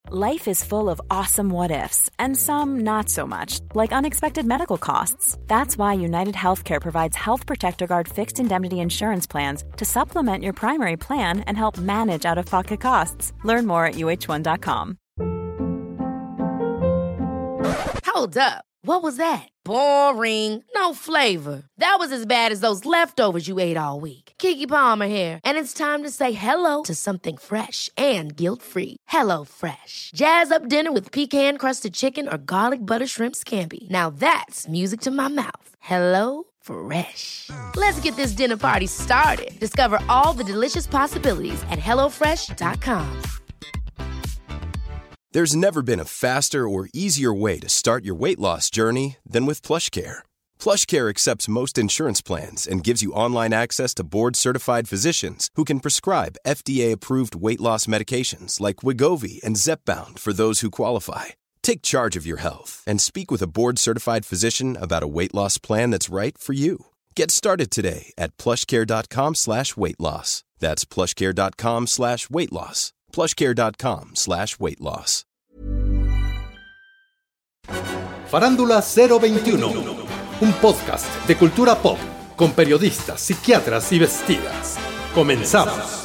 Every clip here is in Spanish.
Life is full of awesome what-ifs, and some not so much, like unexpected medical costs. That's why United Healthcare provides Health Protector Guard fixed indemnity insurance plans to supplement your primary plan and help manage out-of-pocket costs. Learn more at uh1.com. Hold up. What was that? Boring. No flavor. That was as bad as those leftovers you ate all week. Keke Palmer here, and it's time to say hello to something fresh and guilt-free. Hello Fresh. Jazz up dinner with pecan-crusted chicken or garlic butter shrimp scampi. Now that's music to my mouth. Hello Fresh. Let's get this dinner party started. Discover all the delicious possibilities at hellofresh.com. There's never been a faster or easier way to start your weight loss journey than with PlushCare. PlushCare accepts most insurance plans and gives you online access to board-certified physicians who can prescribe FDA-approved weight loss medications like Wegovy and Zepbound for those who qualify. Take charge of your health and speak with a board-certified physician about a weight loss plan that's right for you. Get started today at plushcare.com/weight loss. That's plushcare.com/weight loss. plushcare.com/weight-loss. Farándula 021, un podcast de cultura pop con periodistas, psiquiatras y vestidas. Comenzamos.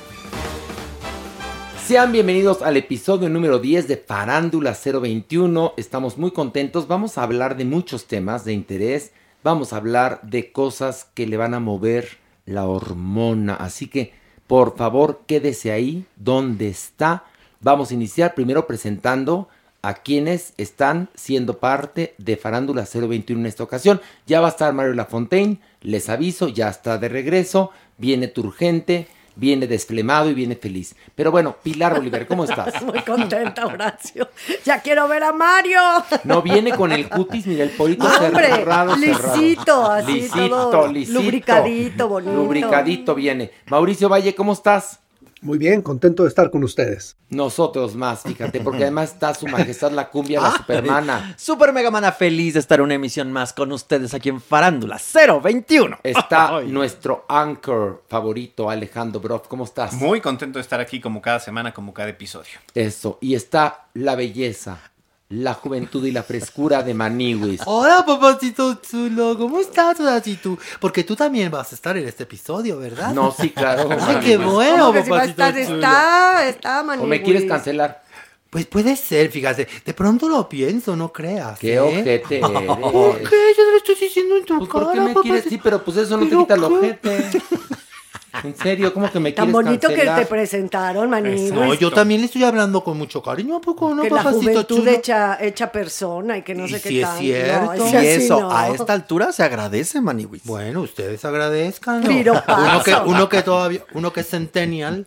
Sean bienvenidos al episodio número 10 de Farándula 021. Estamos muy contentos. Vamos a hablar de muchos temas de interés. Vamos a hablar de cosas que le van a mover la hormona. Así que por favor, quédese ahí donde está. Vamos a iniciar primero presentando a quienes están siendo parte de Farándula 021 en esta ocasión. Ya va a estar Mario Lafontaine, les aviso, ya está de regreso. Viene turgente, viene desflemado y viene feliz. Pero bueno, Pilar Bolívar, ¿cómo estás? Muy contenta, Horacio. Ya quiero ver a Mario. No, viene con el cutis, mira, el porito cerrado. Lisito, así lisito, todo lisito. lubricadito, bonito. Lubricadito viene. Mauricio Valle, ¿cómo estás? Muy bien, contento de estar con ustedes. Nosotros más, fíjate, porque además está su majestad la cumbia, la supermana. Super Mega Mana, feliz de estar en una emisión más con ustedes aquí en Farándula 021. Está nuestro anchor favorito, Alejandro Broff. ¿Cómo estás? Muy contento de estar aquí como cada semana, como cada episodio. Eso, y está la belleza, la juventud y la frescura de Maniwis. Hola, papacito chulo, ¿cómo estás, Horacito? Porque tú también vas a estar en este episodio, ¿verdad? No, sí, claro. Ay, qué bueno, ¿Cómo que si va a papacito estar? chulo. Está, Maniwis. ¿O me quieres cancelar? Pues puede ser, fíjate. De pronto lo pienso, no creas. Qué ojete eres. ¿Por qué? Yo te lo estoy diciendo en tu Pues cara, ¿por qué me quieres? Sí, pero pues eso no te ¿Pero quita el qué? ojete. En serio, ¿cómo que me Tan quieres bonito cancelar? que te presentaron, Maniwis. No, yo también le estoy hablando con mucho cariño, ¿a poco no, Que la papacito juventud chulo? hecha persona y que no Y sé si qué es tal. cierto. No, Y así eso, no. a esta altura se agradece, Maniwis. Bueno, ustedes agradezcan. Piropazo. Uno que es centennial.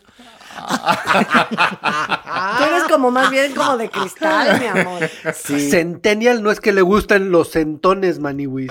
Tú eres como más bien como de cristal, mi amor. Sí. Centennial no es que le gusten los centones, Maniwis.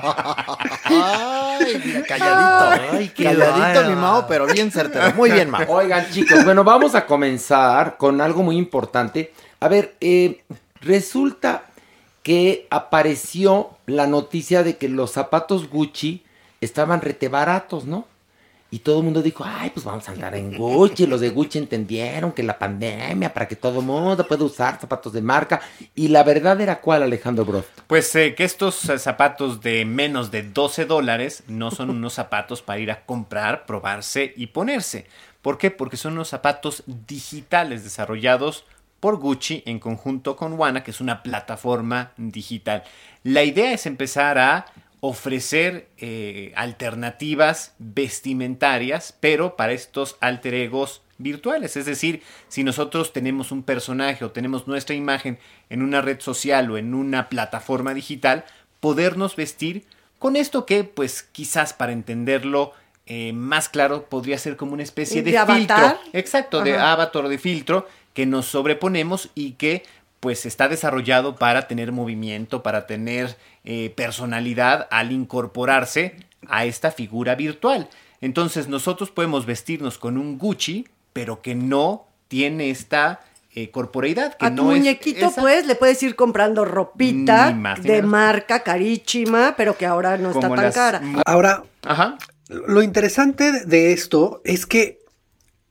Ay, mira, calladito. Ay, qué calladito, mi Mao, pero bien certero. Muy bien, Mao. Oigan, chicos, bueno, vamos a comenzar con algo muy importante. A ver, resulta que apareció la noticia de que los zapatos Gucci estaban rete baratos, ¿no? Y todo el mundo dijo, ay, pues vamos a andar en Gucci. Los de Gucci entendieron que la pandemia, para que todo el mundo pueda usar zapatos de marca. Y la verdad era ¿cuál, Alejandro Broft? Pues que estos zapatos de menos de $12 no son unos zapatos para ir a comprar, probarse y ponerse. ¿Por qué? Porque son unos zapatos digitales desarrollados por Gucci en conjunto con Wana, que es una plataforma digital. La idea es empezar a ofrecer alternativas vestimentarias, pero para estos alter egos virtuales. Es decir, si nosotros tenemos un personaje o tenemos nuestra imagen en una red social o en una plataforma digital, podernos vestir con esto que, pues, quizás para entenderlo más claro, podría ser como una especie de filtro. ¿Avatar? Exacto, de avatar o de filtro que nos sobreponemos y que pues está desarrollado para tener movimiento, para tener personalidad al incorporarse a esta figura virtual. Entonces nosotros podemos vestirnos con un Gucci, pero que no tiene esta corporeidad. Que a tu no muñequito, es pues, le puedes ir comprando ropita Ni más ni de menos. marca carísima, pero que ahora no está Como tan las- cara. Ahora, Ajá. lo interesante de esto es que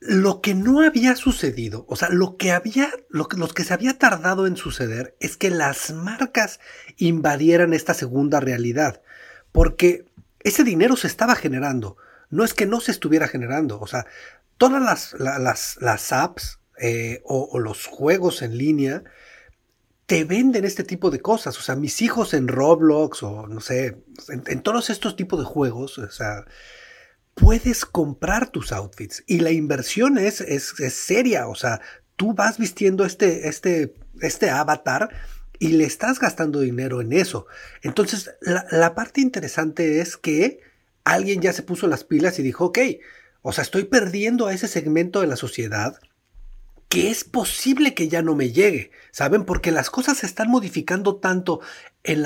Lo que no había sucedido, o sea, los que se había tardado en suceder es que las marcas invadieran esta segunda realidad, porque ese dinero se estaba generando, no es que no se estuviera generando, o sea, todas las apps o los juegos en línea te venden este tipo de cosas, o sea, mis hijos en Roblox o no sé, en todos estos tipos de juegos, o sea, puedes comprar tus outfits y la inversión es seria, o sea, tú vas vistiendo este avatar y le estás gastando dinero en eso. Entonces, la parte interesante es que alguien ya se puso las pilas y dijo, ok, o sea, estoy perdiendo a ese segmento de la sociedad que es posible que ya no me llegue, ¿saben? Porque las cosas se están modificando tanto en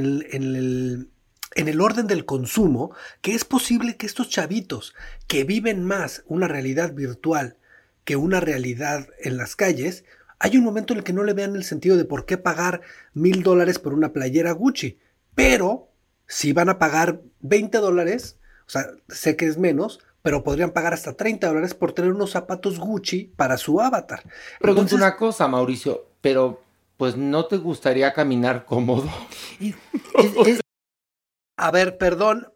el orden del consumo, que es posible que estos chavitos que viven más una realidad virtual que una realidad en las calles, hay un momento en el que no le vean el sentido de por qué pagar $1,000 por una playera Gucci, pero si van a pagar $20, o sea, sé que es menos, pero podrían pagar hasta $30 por tener unos zapatos Gucci para su avatar. Pregunto una cosa, Mauricio, pero pues ¿no te gustaría caminar cómodo? A ver, perdón.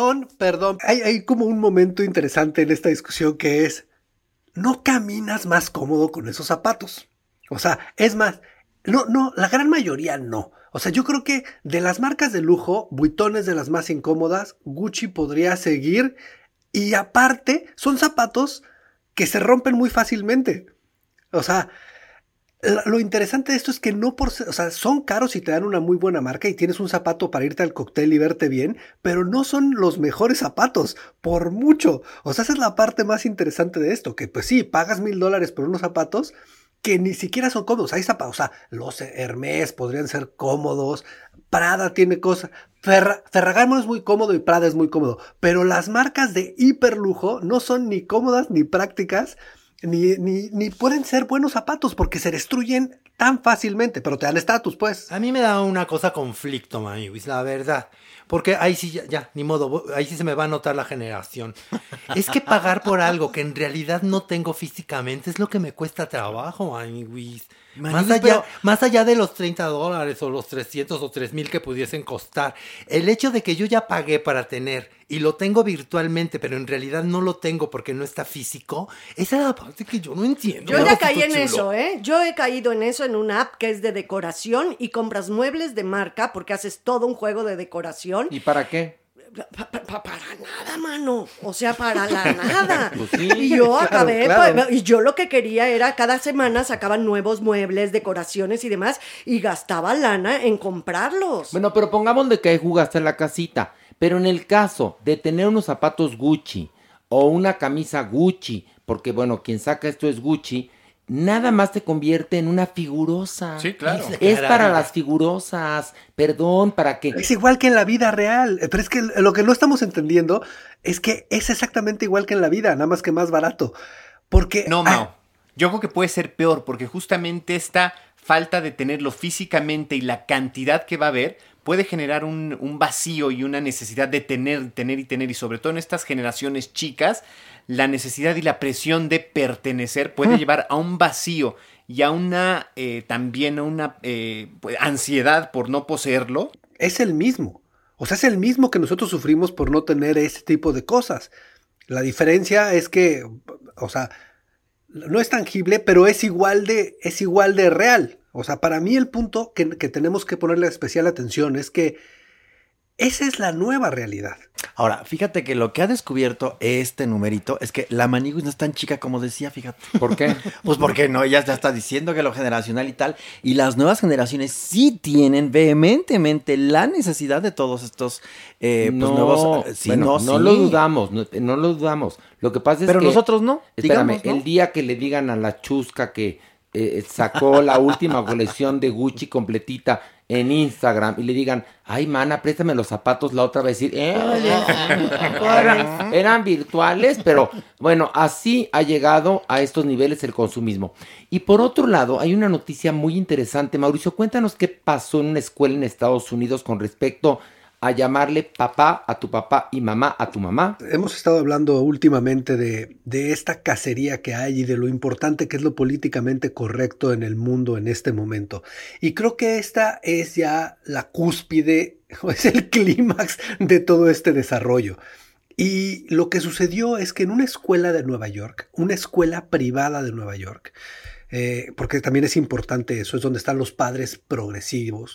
Hay como un momento interesante en esta discusión que es, no caminas más cómodo con esos zapatos. O sea, es más, no, la gran mayoría no. O sea, yo creo que de las marcas de lujo, Vuitton es de las más incómodas, Gucci podría seguir, y aparte son zapatos que se rompen muy fácilmente. O sea, lo interesante de esto es que no por ser, o sea, son caros y te dan una muy buena marca y tienes un zapato para irte al cóctel y verte bien, pero no son los mejores zapatos, por mucho. O sea, esa es la parte más interesante de esto, que pues sí, pagas $1,000 por unos zapatos que ni siquiera son cómodos. Hay zapatos, o sea, los Hermès podrían ser cómodos, Prada tiene cosas, Ferragamo es muy cómodo y Prada es muy cómodo, pero las marcas de hiperlujo no son ni cómodas ni prácticas, ni pueden ser buenos zapatos porque se destruyen tan fácilmente, pero te dan estatus, pues. A mí me da una cosa conflicto, Maniwis, la verdad. Porque ahí sí, ya, ni modo, ahí sí se me va a notar la generación. Es que pagar por algo que en realidad no tengo físicamente es lo que me cuesta trabajo, Maniwis. Más allá de los $30 o los 300 o 3,000 que pudiesen costar, el hecho de que yo ya pagué para tener y lo tengo virtualmente, pero en realidad no lo tengo porque no está físico, esa es la parte que yo no entiendo. Yo ya caí en eso, ¿eh? Yo he caído en eso en una app que es de decoración y compras muebles de marca porque haces todo un juego de decoración. ¿Y para qué? Para nada, mano. O sea, para la nada. Pues sí, y yo acabé, claro. Y yo lo que quería era, cada semana sacaban nuevos muebles, decoraciones y demás, y gastaba lana en comprarlos. Bueno, pero pongamos de que ahí jugaste en la casita. Pero en el caso de tener unos zapatos Gucci o una camisa Gucci, porque bueno, quien saca esto es Gucci, nada más te convierte en una figurosa. Sí, claro. Es para las figurosas. Perdón, ¿para qué? Es igual que en la vida real, pero es que lo que no estamos entendiendo es que es exactamente igual que en la vida, nada más que más barato. Porque No, Mau. Yo creo que puede ser peor, porque justamente esta falta de tenerlo físicamente y la cantidad que va a haber puede generar un vacío y una necesidad de tener, y sobre todo en estas generaciones chicas, la necesidad y la presión de pertenecer puede llevar a un vacío y a una también a una ansiedad por no poseerlo. es el mismo. O sea, es el mismo que nosotros sufrimos por no tener ese tipo de cosas. La diferencia es que, o sea, no es tangible, pero es igual de real. O sea, para mí el punto que tenemos que ponerle especial atención es que esa es la nueva realidad. Ahora, fíjate que lo que ha descubierto este numerito es que la Maniwis no es tan chica como decía, fíjate. ¿Por qué? Pues porque no, ella ya está diciendo que lo generacional y tal. Y las nuevas generaciones sí tienen vehementemente la necesidad de todos estos nuevos... No lo dudamos, no lo dudamos. Lo que pasa es pero que... nosotros no. Espérame, digamos, ¿no? El día que le digan a la chusca que sacó la última colección de Gucci completita en Instagram y le digan, ay, mana, préstame los zapatos, la otra va a decir, eran virtuales, pero bueno, así ha llegado a estos niveles el consumismo. Y por otro lado, hay una noticia muy interesante. Mauricio, cuéntanos qué pasó en una escuela en Estados Unidos con respecto a llamarle papá a tu papá y mamá a tu mamá. Hemos estado hablando últimamente de esta cacería que hay y de lo importante que es lo políticamente correcto en el mundo en este momento. Y creo que esta es ya la cúspide, es el clímax de todo este desarrollo. Y lo que sucedió es que en una escuela de Nueva York, una escuela privada de Nueva York, porque también es importante eso, es donde están los padres progresivos,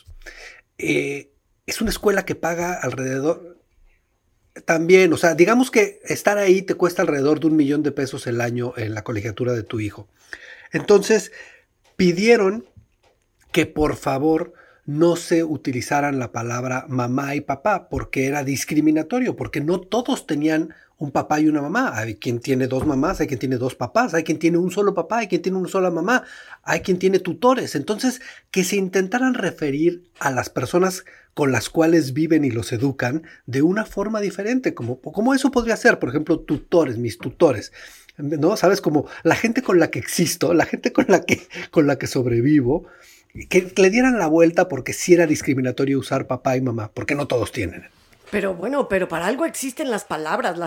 es una escuela que paga alrededor, también, o sea, digamos que estar ahí te cuesta alrededor de $1 millón el año en la colegiatura de tu hijo. Entonces, pidieron que por favor no se utilizaran la palabra mamá y papá, porque era discriminatorio, porque no todos tenían un papá y una mamá. Hay quien tiene 2 mamás, hay quien tiene 2 papás, hay quien tiene un solo papá, hay quien tiene una sola mamá, hay quien tiene tutores. Entonces, que se intentaran referir a las personas con las cuales viven y los educan de una forma diferente, como eso podría ser, por ejemplo, tutores, mis tutores, ¿no? ¿Sabes? Como la gente con la que existo, la gente con la que sobrevivo, que le dieran la vuelta porque sí era discriminatorio usar papá y mamá, porque no todos tienen. Pero bueno, pero para algo existen las palabras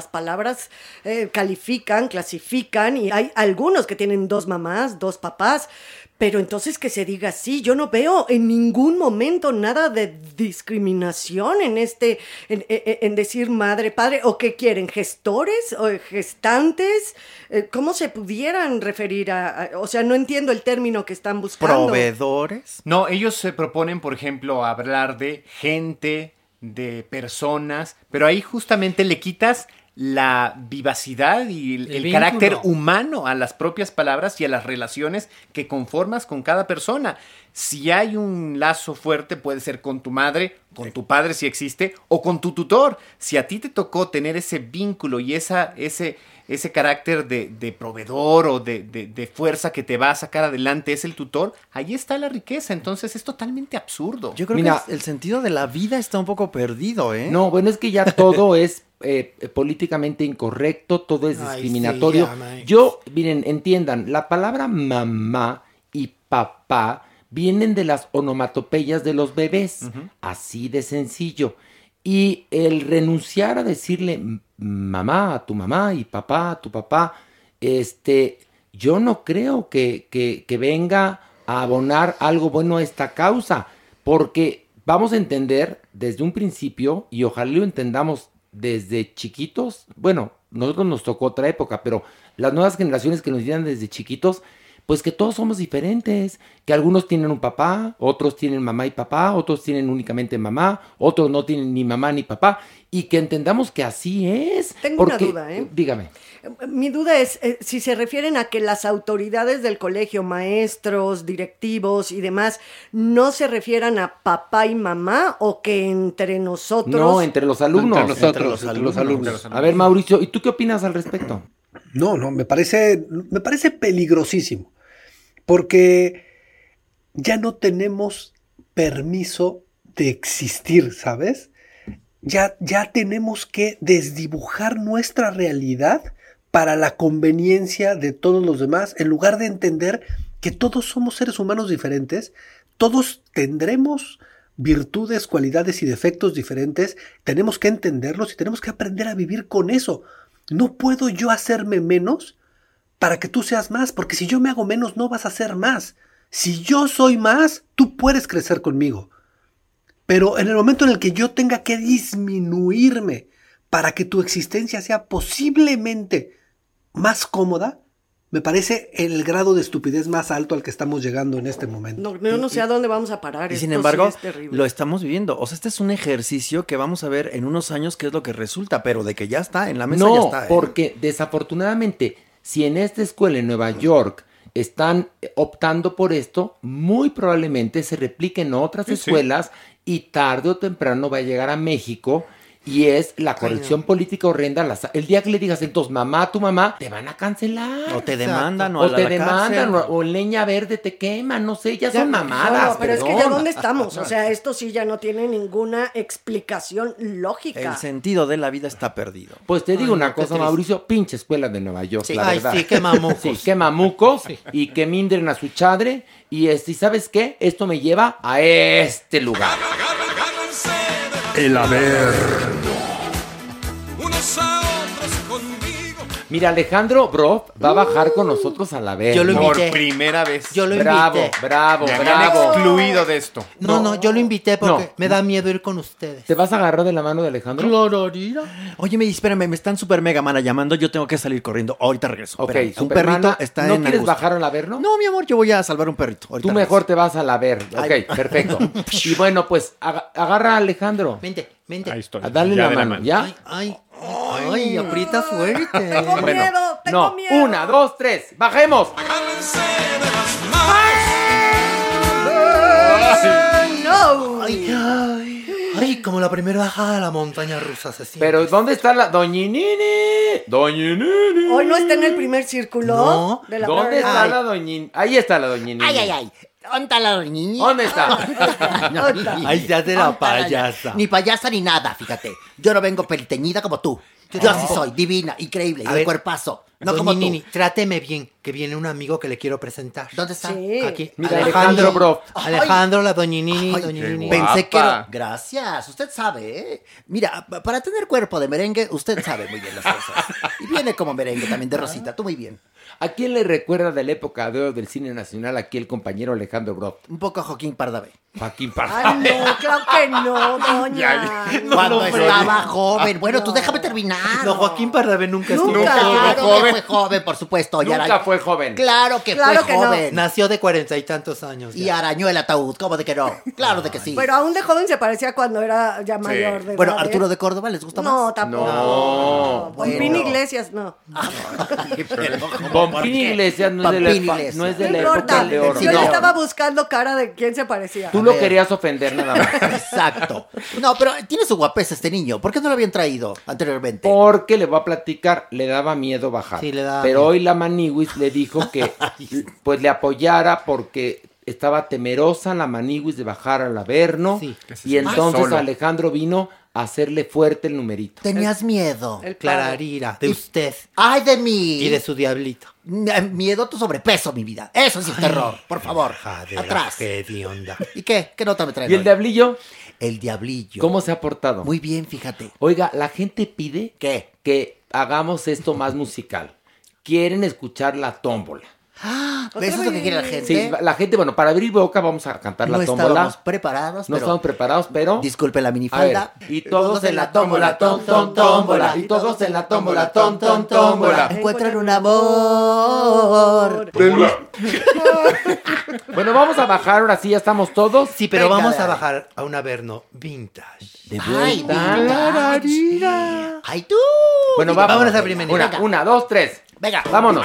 califican, clasifican, y hay algunos que tienen 2 mamás, 2 papás, pero entonces que se diga así, yo no veo en ningún momento nada de discriminación en decir madre, padre, o qué quieren, gestores o gestantes, ¿cómo se pudieran referir o sea, no entiendo el término que están buscando. ¿Proveedores? No, ellos se proponen, por ejemplo, hablar de gente, de personas, pero ahí justamente le quitas la vivacidad y el carácter humano a las propias palabras y a las relaciones que conformas con cada persona. Si hay un lazo fuerte, puede ser con tu madre, con tu padre si existe, o con tu tutor. Si a ti te tocó tener ese vínculo y ese carácter de proveedor o de fuerza que te va a sacar adelante es el tutor, ahí está la riqueza. Entonces es totalmente absurdo. Yo creo que el sentido de la vida está un poco perdido, ¿eh? No, bueno, es que ya todo es políticamente incorrecto, todo es discriminatorio. Miren, entiendan, la palabra mamá y papá vienen de las onomatopeyas de los bebés, así de sencillo. Y el renunciar a decirle mamá a tu mamá y papá a tu papá, yo no creo que venga a abonar algo bueno a esta causa, porque vamos a entender desde un principio, y ojalá lo entendamos desde chiquitos. Bueno, nosotros nos tocó otra época, pero las nuevas generaciones que nos digan desde chiquitos, pues que todos somos diferentes, que algunos tienen un papá, otros tienen mamá y papá, otros tienen únicamente mamá, otros no tienen ni mamá ni papá, y que entendamos que así es. Tengo una duda, Dígame. Mi duda es si se refieren a que las autoridades del colegio, maestros, directivos y demás, no se refieran a papá y mamá, o que entre nosotros... No, entre los alumnos. Entre los alumnos. A ver, Mauricio, ¿y tú qué opinas al respecto? No, me parece peligrosísimo, porque ya no tenemos permiso de existir, ¿sabes? Ya tenemos que desdibujar nuestra realidad para la conveniencia de todos los demás, en lugar de entender que todos somos seres humanos diferentes, todos tendremos virtudes, cualidades y defectos diferentes, tenemos que entenderlos y tenemos que aprender a vivir con eso. No puedo yo hacerme menos para que tú seas más, porque si yo me hago menos no vas a ser más. Si yo soy más, tú puedes crecer conmigo. Pero en el momento en el que yo tenga que disminuirme para que tu existencia sea posiblemente más cómoda, me parece el grado de estupidez más alto al que estamos llegando en este momento. No sé a dónde vamos a parar. Y sin embargo, lo estamos viviendo. O sea, este es un ejercicio que vamos a ver en unos años qué es lo que resulta, pero de que ya está en la mesa, ya está. No, porque desafortunadamente, si en esta escuela en Nueva York están optando por esto, muy probablemente se replique en otras escuelas y tarde o temprano va a llegar a México. Y es la corrección política horrenda. El día que le digas entonces mamá a tu mamá, te van a cancelar. O te demandan, o te demandan, o leña verde te queman, no sé, ya son mamadas. No, pero es que ya dónde estamos. O sea, esto sí ya no tiene ninguna explicación lógica. El sentido de la vida está perdido. Pues te digo una cosa, Mauricio, pinche escuela de Nueva York, la verdad. Sí, qué mamucos. Sí, qué mamucos, y que mindren a su chadre. Y ¿sabes qué? Esto me lleva a este lugar. El Averno. Mira, Alejandro Broff va a bajar con nosotros a la vez. Yo lo invité. Por primera vez. Yo lo Bravo, invité. bravo, Me habían bravo. excluido de esto. No, yo lo invité porque No. me da miedo ir con ustedes. ¿Te vas a agarrar de la mano de Alejandro? Oye, espérame, me están super mega mana llamando. Yo tengo que salir corriendo. Ahorita regreso. Ok, Espérame, un Supermana, perrito está ¿no en quieres angustia. bajar al Averno? No, mi amor, yo voy a salvar un perrito. Ahorita Tú regreso. mejor te vas a la ver. Ok, Ay. perfecto. Y bueno, pues agarra a Alejandro. Vente. Ahí estoy. A darle Ya la de mano. ¿Ya? Ay, aprieta fuerte. Tengo Bueno, miedo, tengo no. miedo. 1, 2, 3. ¡Bajemos! No. Ay, como la primera bajada de la montaña rusa se siente. Pero ¿dónde está la Doñinini? Doñinini. Hoy no está en el primer círculo No. de la ¿Dónde Beverly está Hills. la Doñinini? Ahí está la Doñinini. Ay. ¿Dónde está la doñini? ¿Dónde está? Ay, ya de la payasa. Ni payasa ni nada, fíjate. Yo no vengo peliteñida como tú. Yo sí soy divina, increíble, y A de ver, cuerpazo. No como Nini, tú. tráteme bien, que viene un amigo que le quiero presentar. ¿Dónde está? Sí. Aquí. Mira, Alejandro Broff. Alejandro, la doñinini, Ay, doñinini. pensé que guapa. no. Gracias, usted sabe, ¿eh? Mira, para tener cuerpo de merengue, usted sabe muy bien las cosas. Y viene como merengue también de Rosita, tú muy bien. ¿A quién le recuerda de la época de oro del cine nacional aquí el compañero Alejandro Broff? Un poco a Joaquín Pardavé. Joaquín Ay, Pardavé. no, claro que no, doña. Cuando estaba joven. Bueno, tú déjame terminar. No, Joaquín Pardavé nunca estuvo. Nunca. Claro que fue joven, por supuesto. Nunca fue joven. Claro que Claro fue que no. joven. Nació de 40 y tantos años. Y ya. arañó el ataúd, ¿cómo de que no? Claro de que sí. Pero aún de joven se parecía cuando era ya mayor de Bueno, edad, ¿eh? Arturo de Córdoba, ¿les gusta No, más? tampoco. No. Pompín Bueno. Iglesias, no. Pompín Iglesias no es de la, Pompín Iglesias. no es de No la importa. época de oro. Yo no. le estaba buscando cara de quién se parecía. Tú lo querías ofender nada más. Exacto. No, pero tiene su guapesa este niño. ¿Por qué no lo habían traído anteriormente? Porque le voy a platicar, le daba miedo bajar. Sí, le daba Pero miedo. hoy la Maniwis le dijo que pues le apoyara porque estaba temerosa la Maniwis de bajar al Averno. Sí. Y entonces solo. Alejandro vino a hacerle fuerte el numerito. Tenías miedo. El Clararira, de usted Ay, de mí. y de su diablito. Miedo a tu sobrepeso, mi vida. Eso sí es terror. Por favor. Jadera, Atrás. qué hedionda. ¿Y qué? ¿Qué nota me traen ¿Y el hoy? diablillo? El diablillo. ¿Cómo se ha portado? Muy bien, fíjate. Oiga, la gente pide ¿Qué? que hagamos esto más musical. Quieren escuchar la tómbola. ¿Ves eso que quiere la gente? Sí, la gente, bueno, para abrir boca vamos a cantar no la tómbola. estábamos preparados, No pero... estamos preparados, pero... Disculpe la A ver, minifalda. y todos en la tómbola, ton, ton, tómbola. Y todos en la tómbola, ton, ton, tómbola. Encuentran un amor. Bueno, vamos a bajar, ahora sí, ya estamos todos. Sí, pero Venga, vamos a dale. bajar a un Averno vintage. De Ay, vuelta. vintage. Ay, tú. Bueno, Venga, vámonos a primera. Una, dos, tres. Venga. Vámonos.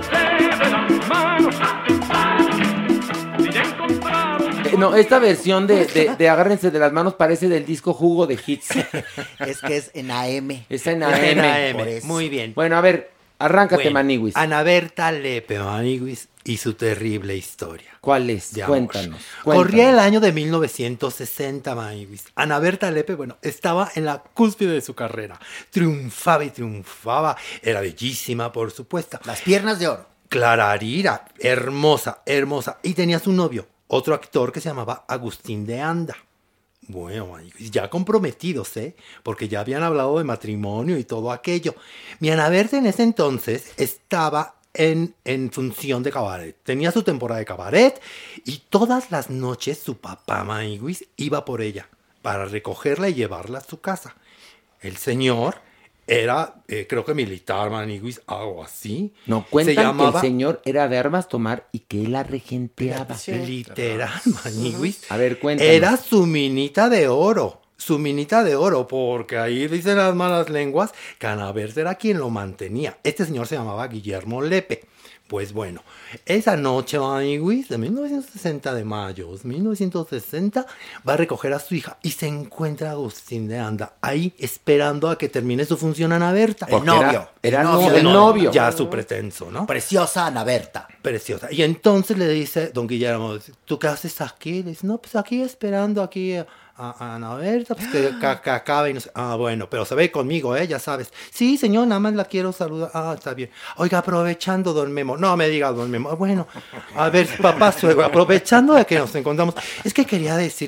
No, esta versión de Agárrense de las manos parece del disco Jugo de Hits. Es que es en AM. Es en En AM. por AM. eso. Muy bien. Bueno, a ver, arráncate, Bueno, Maniwis. Ana Berta Lepe, Maniwis, y su terrible historia. ¿Cuál es? de amor. Cuéntanos. Corría el año de 1960, Maniwis. Ana Berta Lepe, bueno, estaba en la cúspide de su carrera. Triunfaba y triunfaba. Era bellísima, por supuesto. Las piernas de oro. Clararira, hermosa, hermosa. Y tenía su novio, otro actor que se llamaba Agustín de Anda. Bueno, Maniwis, ya comprometidos, ¿eh? Porque ya habían hablado de matrimonio y todo aquello. Mi Ana Berta en ese entonces estaba en función de cabaret. Tenía su temporada de cabaret y todas las noches su papá, Maniwis, iba por ella para recogerla y llevarla a su casa. El señor era, creo que militar, Maniwis, algo así. No, cuentan Se llamaba, que el señor era de armas tomar y que él la regenteaba. literal, Maniwis. A ver, cuéntanos. Era su minita de oro. Su minita de oro, porque ahí dicen las malas lenguas que Ana Berta era quien lo mantenía. Este señor se llamaba Guillermo Lepe. Pues bueno, esa noche, Maniwis, de 1960 de mayo, 1960, va a recoger a su hija y se encuentra a Agustín de Anda ahí esperando a que termine su función Ana Berta. El novio. Era El no- novio el de novio. Ya su pretenso, ¿no? Preciosa Ana Berta. Preciosa. Y entonces le dice don Guillermo, ¿tú qué haces aquí? Le dice, no, pues aquí esperando aquí a Ana Berta, pues que acabe y no sé. Ah, bueno, pero se ve conmigo, ya sabes. Sí, señor, nada más la quiero saludar. Ah, está bien. Oiga, aprovechando, don Memo. No me diga, don Memo. Bueno, a ver, papá suegro, aprovechando de que nos encontramos, es que quería decirle,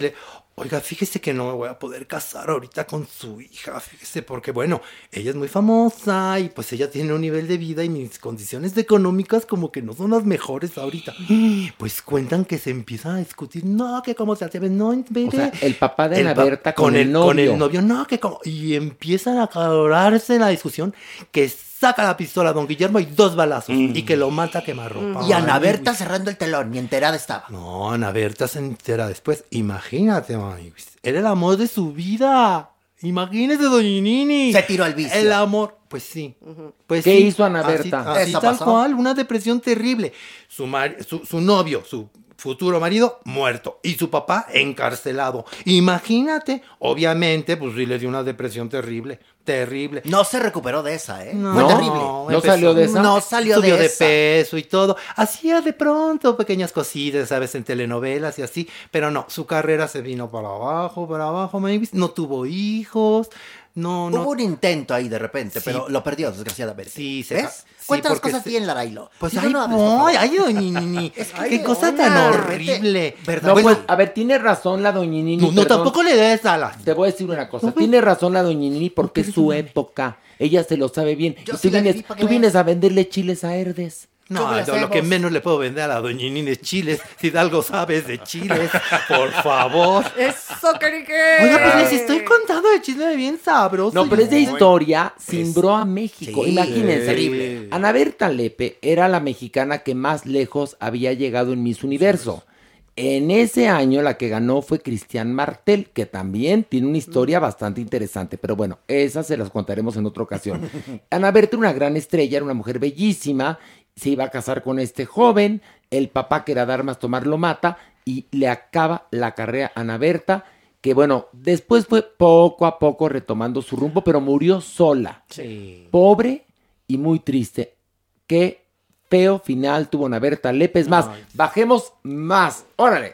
Oiga, fíjese que no me voy a poder casar ahorita con su hija, fíjese, porque bueno, ella es muy famosa y pues ella tiene un nivel de vida y mis condiciones económicas como que no son las mejores ahorita. Pues cuentan que se empiezan a discutir, no, que cómo se atreven, no, bebé. O sea, el papá de Ana Berta con el novio. Con el novio, no, que como... Y empiezan a acalorarse en la discusión que saca la pistola a don Guillermo y 2 balazos y que lo mata a quemarropa. Y Ana Berta cerrando el telón, ni enterada estaba. No, Ana Berta se entera después. Imagínate, Maniwis. Era el amor de su vida. Imagínese, doña Nini. Se tiró al vicio. El amor. Pues sí. Pues ¿Qué sí. hizo Ana Berta? Así Eso tal pasó. cual, una depresión terrible. Su novio, su futuro marido, muerto. Y su papá encarcelado. Imagínate. Obviamente, pues sí le dio una depresión terrible. Terrible. No se recuperó de esa, ¿eh? No, Fue terrible. ¿No salió de esa? No salió Subió de de esa. peso y todo. Hacía de pronto pequeñas cositas, ¿sabes? En telenovelas y así. Pero no, su carrera se vino para abajo, maybe. No tuvo hijos. No. Hubo un intento ahí de repente, Sí. pero lo perdió, desgraciadamente. Sí, ¿Ves? sí, Cuenta las porque cosas bien, Larailo. Pues No, ahí no hables, por favor. voy, ay, doña Nini. que Qué de cosa tan una, horrible. ¿verdad? No, Bueno, pues, a ver, tiene razón la doña Nini. no, perdón. tampoco le des alas. Te voy a decir una cosa. Tiene razón la doña Nini porque es su época. Ella se lo sabe bien. Yo Y sí tú la vienes, viví, ¿para qué tú veas? vienes a venderle chiles a Herdes. No, ¿Cómo le lo que hacemos? menos le puedo vender a la doña Nini es chiles. Si de algo sabes de chiles, por favor. Eso, Carique. Oiga, pues les estoy contando de chisme bien sabroso. No, pero es de Ay, historia, cimbró a México. Sí, Imagínense. terrible. Ana Berta Lepe era la mexicana que más lejos había llegado en Miss Universo. En ese año la que ganó fue Cristian Martel, que también tiene una historia bastante interesante. Pero bueno, esas se las contaremos en otra ocasión. Ana Berta era una gran estrella, era una mujer bellísima, se iba a casar con este joven, el papá que era de armas tomar lo mata y le acaba la carrera a Ana Berta, que bueno, después fue poco a poco retomando su rumbo, pero murió sola. Sí. Pobre y muy triste. Qué feo final tuvo Ana Berta Lepe. Es más, bajemos más. ¡Órale!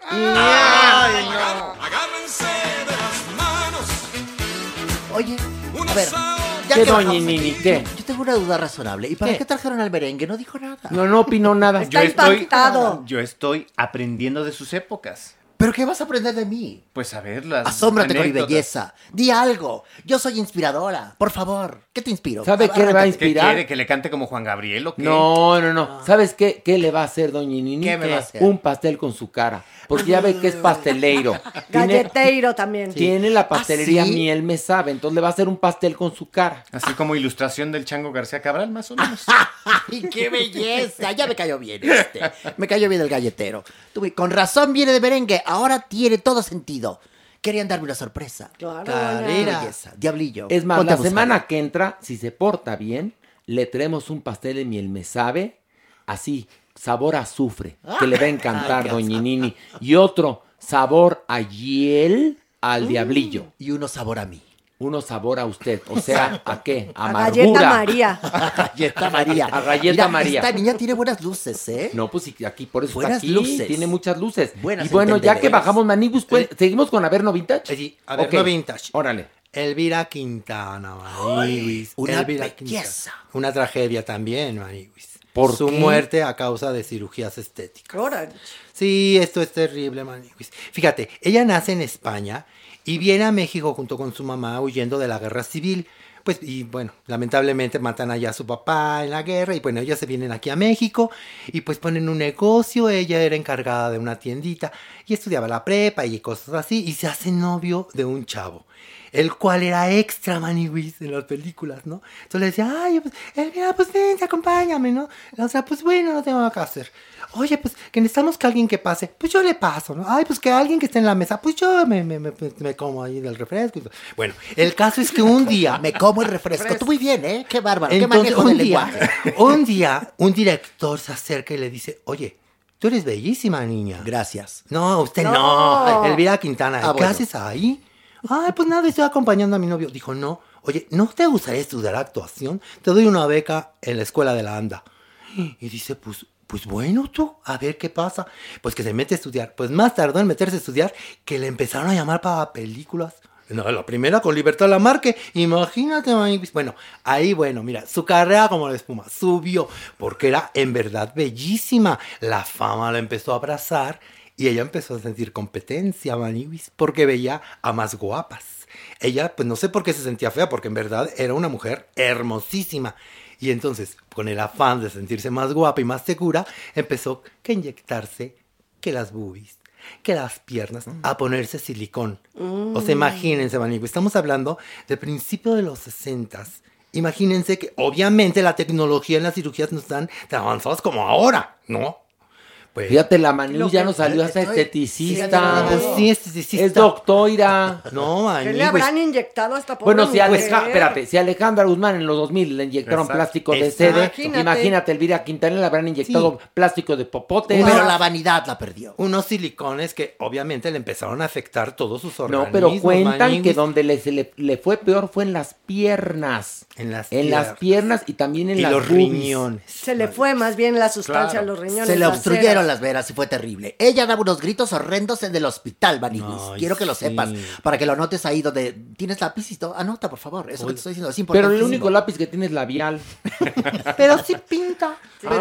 Oye, a ver. ya ¿Qué, que doña bajamos Nini? aquí, ¿Qué? Yo tengo una duda razonable. ¿Y para ¿Qué? qué trajeron al merengue? No dijo nada. No opinó nada. Está impactado. Yo estoy aprendiendo de sus épocas. ¿Pero qué vas a aprender de mí? Pues a ver las Asómbrate con mi anécdotas. belleza. Di algo. Yo soy inspiradora. Por favor. ¿Qué te inspiro? ¿Sabe qué le va a Arráncate. ¿Qué inspirar? quiere? ¿Que le cante como Juan Gabriel o qué? No. ¿Sabes qué le va a hacer doña Nini? ¿Qué me va a hacer? Un pastel con su cara. Porque ya ve que es pasteleiro. Galleteiro también. Tiene la pastelería ¿Ah, sí? Miel Me Sabe. Entonces le va a hacer un pastel con su cara. Así como ilustración del Chango García Cabral, más o menos. ¡Ay, qué belleza! Ya me cayó bien este. Me cayó bien el galletero. Con razón viene de merengue. Ahora tiene todo sentido. Querían darme una sorpresa. Claro, ¡Qué Carera. belleza! Diablillo. Es más, ponte a la buscar. semana que entra, si se porta bien, le traemos un pastel de Miel Me Sabe, así, sabor a azufre, que le va a encantar, doña Nini. Y otro, sabor a hiel al diablillo. Y uno sabor a mí. Uno sabor a usted, o sea, ¿a qué? A Amargura. Galleta María. Galleta María. A Galleta Mira, María. Esta niña tiene buenas luces, ¿eh? No, pues sí, aquí por eso Buenas está aquí, luces. tiene muchas luces. Buenas Y bueno, ya que entendedoras. bajamos Manibus, pues, ¿seguimos con Averno Vintage? Sí, Averno Ok, Vintage. Órale. Elvira Quintana, Maniwis. una Elvira belleza. Quintana. Una tragedia también, Maniwis. ¿Por su qué? muerte a causa de cirugías estéticas. Órale. Sí, esto es terrible, Maniwis. Fíjate, ella nace en España y viene a México junto con su mamá huyendo de la guerra civil. Pues, y bueno, lamentablemente matan allá a su papá en la guerra y bueno, ellas se vienen aquí a México y pues ponen un negocio, ella era encargada de una tiendita y estudiaba la prepa y cosas así y se hace novio de un chavo, el cual era extra Maniwis en las películas, ¿no? Entonces le decía, ay, pues, mira, pues vente, acompáñame, ¿no? O sea, pues bueno, no tengo nada que hacer. Oye, pues que necesitamos que alguien que pase, pues yo le paso, ¿no? Ay, pues que alguien que esté en la mesa, pues yo me como ahí del refresco. Bueno, el caso es que un día... Me como el refresco. Tú muy bien, ¿eh? Qué bárbaro. Qué Entonces, manejo del lenguaje. un día, un director se acerca y le dice, oye, tú eres bellísima, niña. Gracias. No, usted No. no. Elvira Quintana, Ah, ¿qué bueno. haces ahí? Ay, pues nada, estoy acompañando a mi novio. Dijo, no, oye, ¿no te gustaría estudiar actuación? Te doy una beca en la escuela de la ANDA. Y dice, pues bueno, tú, a ver qué pasa. Pues que se mete a estudiar. Pues más tardó en meterse a estudiar que le empezaron a llamar para películas. No, la primera con Libertad Lamarque. Imagínate, Manibis. Bueno, ahí, bueno, mira, su carrera como la espuma subió porque era en verdad bellísima. La fama la empezó a abrazar Y ella empezó a sentir competencia, Maniwis, porque veía a más guapas. Ella, pues no sé por qué se sentía fea, porque en verdad era una mujer hermosísima. Y entonces, con el afán de sentirse más guapa y más segura, empezó que inyectarse que las boobies, que las piernas, a ponerse silicón. O sea, imagínense, Maniwis, estamos hablando de principio de los 60s. Imagínense que obviamente la tecnología en las cirugías no están tan avanzadas como ahora, ¿no? Pues, fíjate, la Maniwis ya nos salió hasta esteticista. Sí, esteticista. Es doctora. No, ¿Qué Maniwis. le habrán inyectado a esta pobre Bueno, mujer? si Alejandra Guzmán en los 2000 le inyectaron Exacto. plástico de Exacto. sede, imagínate, Elvira Quintanilla le habrán inyectado plástico de popote. Pero la vanidad la perdió. Unos silicones que obviamente le empezaron a afectar todos sus organismos. No, pero cuentan Maniwis. que donde le fue peor fue en las piernas. En las piernas y también en y las los boobies. Se riñones. le fue más bien la sustancia a los riñones. Se le las obstruyeron veras. las veras y fue terrible. Ella daba unos gritos horrendos en el hospital, Maniwis. Ay, Quiero que lo sí. sepas, para que lo anotes ahí donde tienes lápiz y todo. Anota, por favor, eso que te estoy diciendo es Pero importante. el único lápiz que tiene es labial. Pero sí pinta.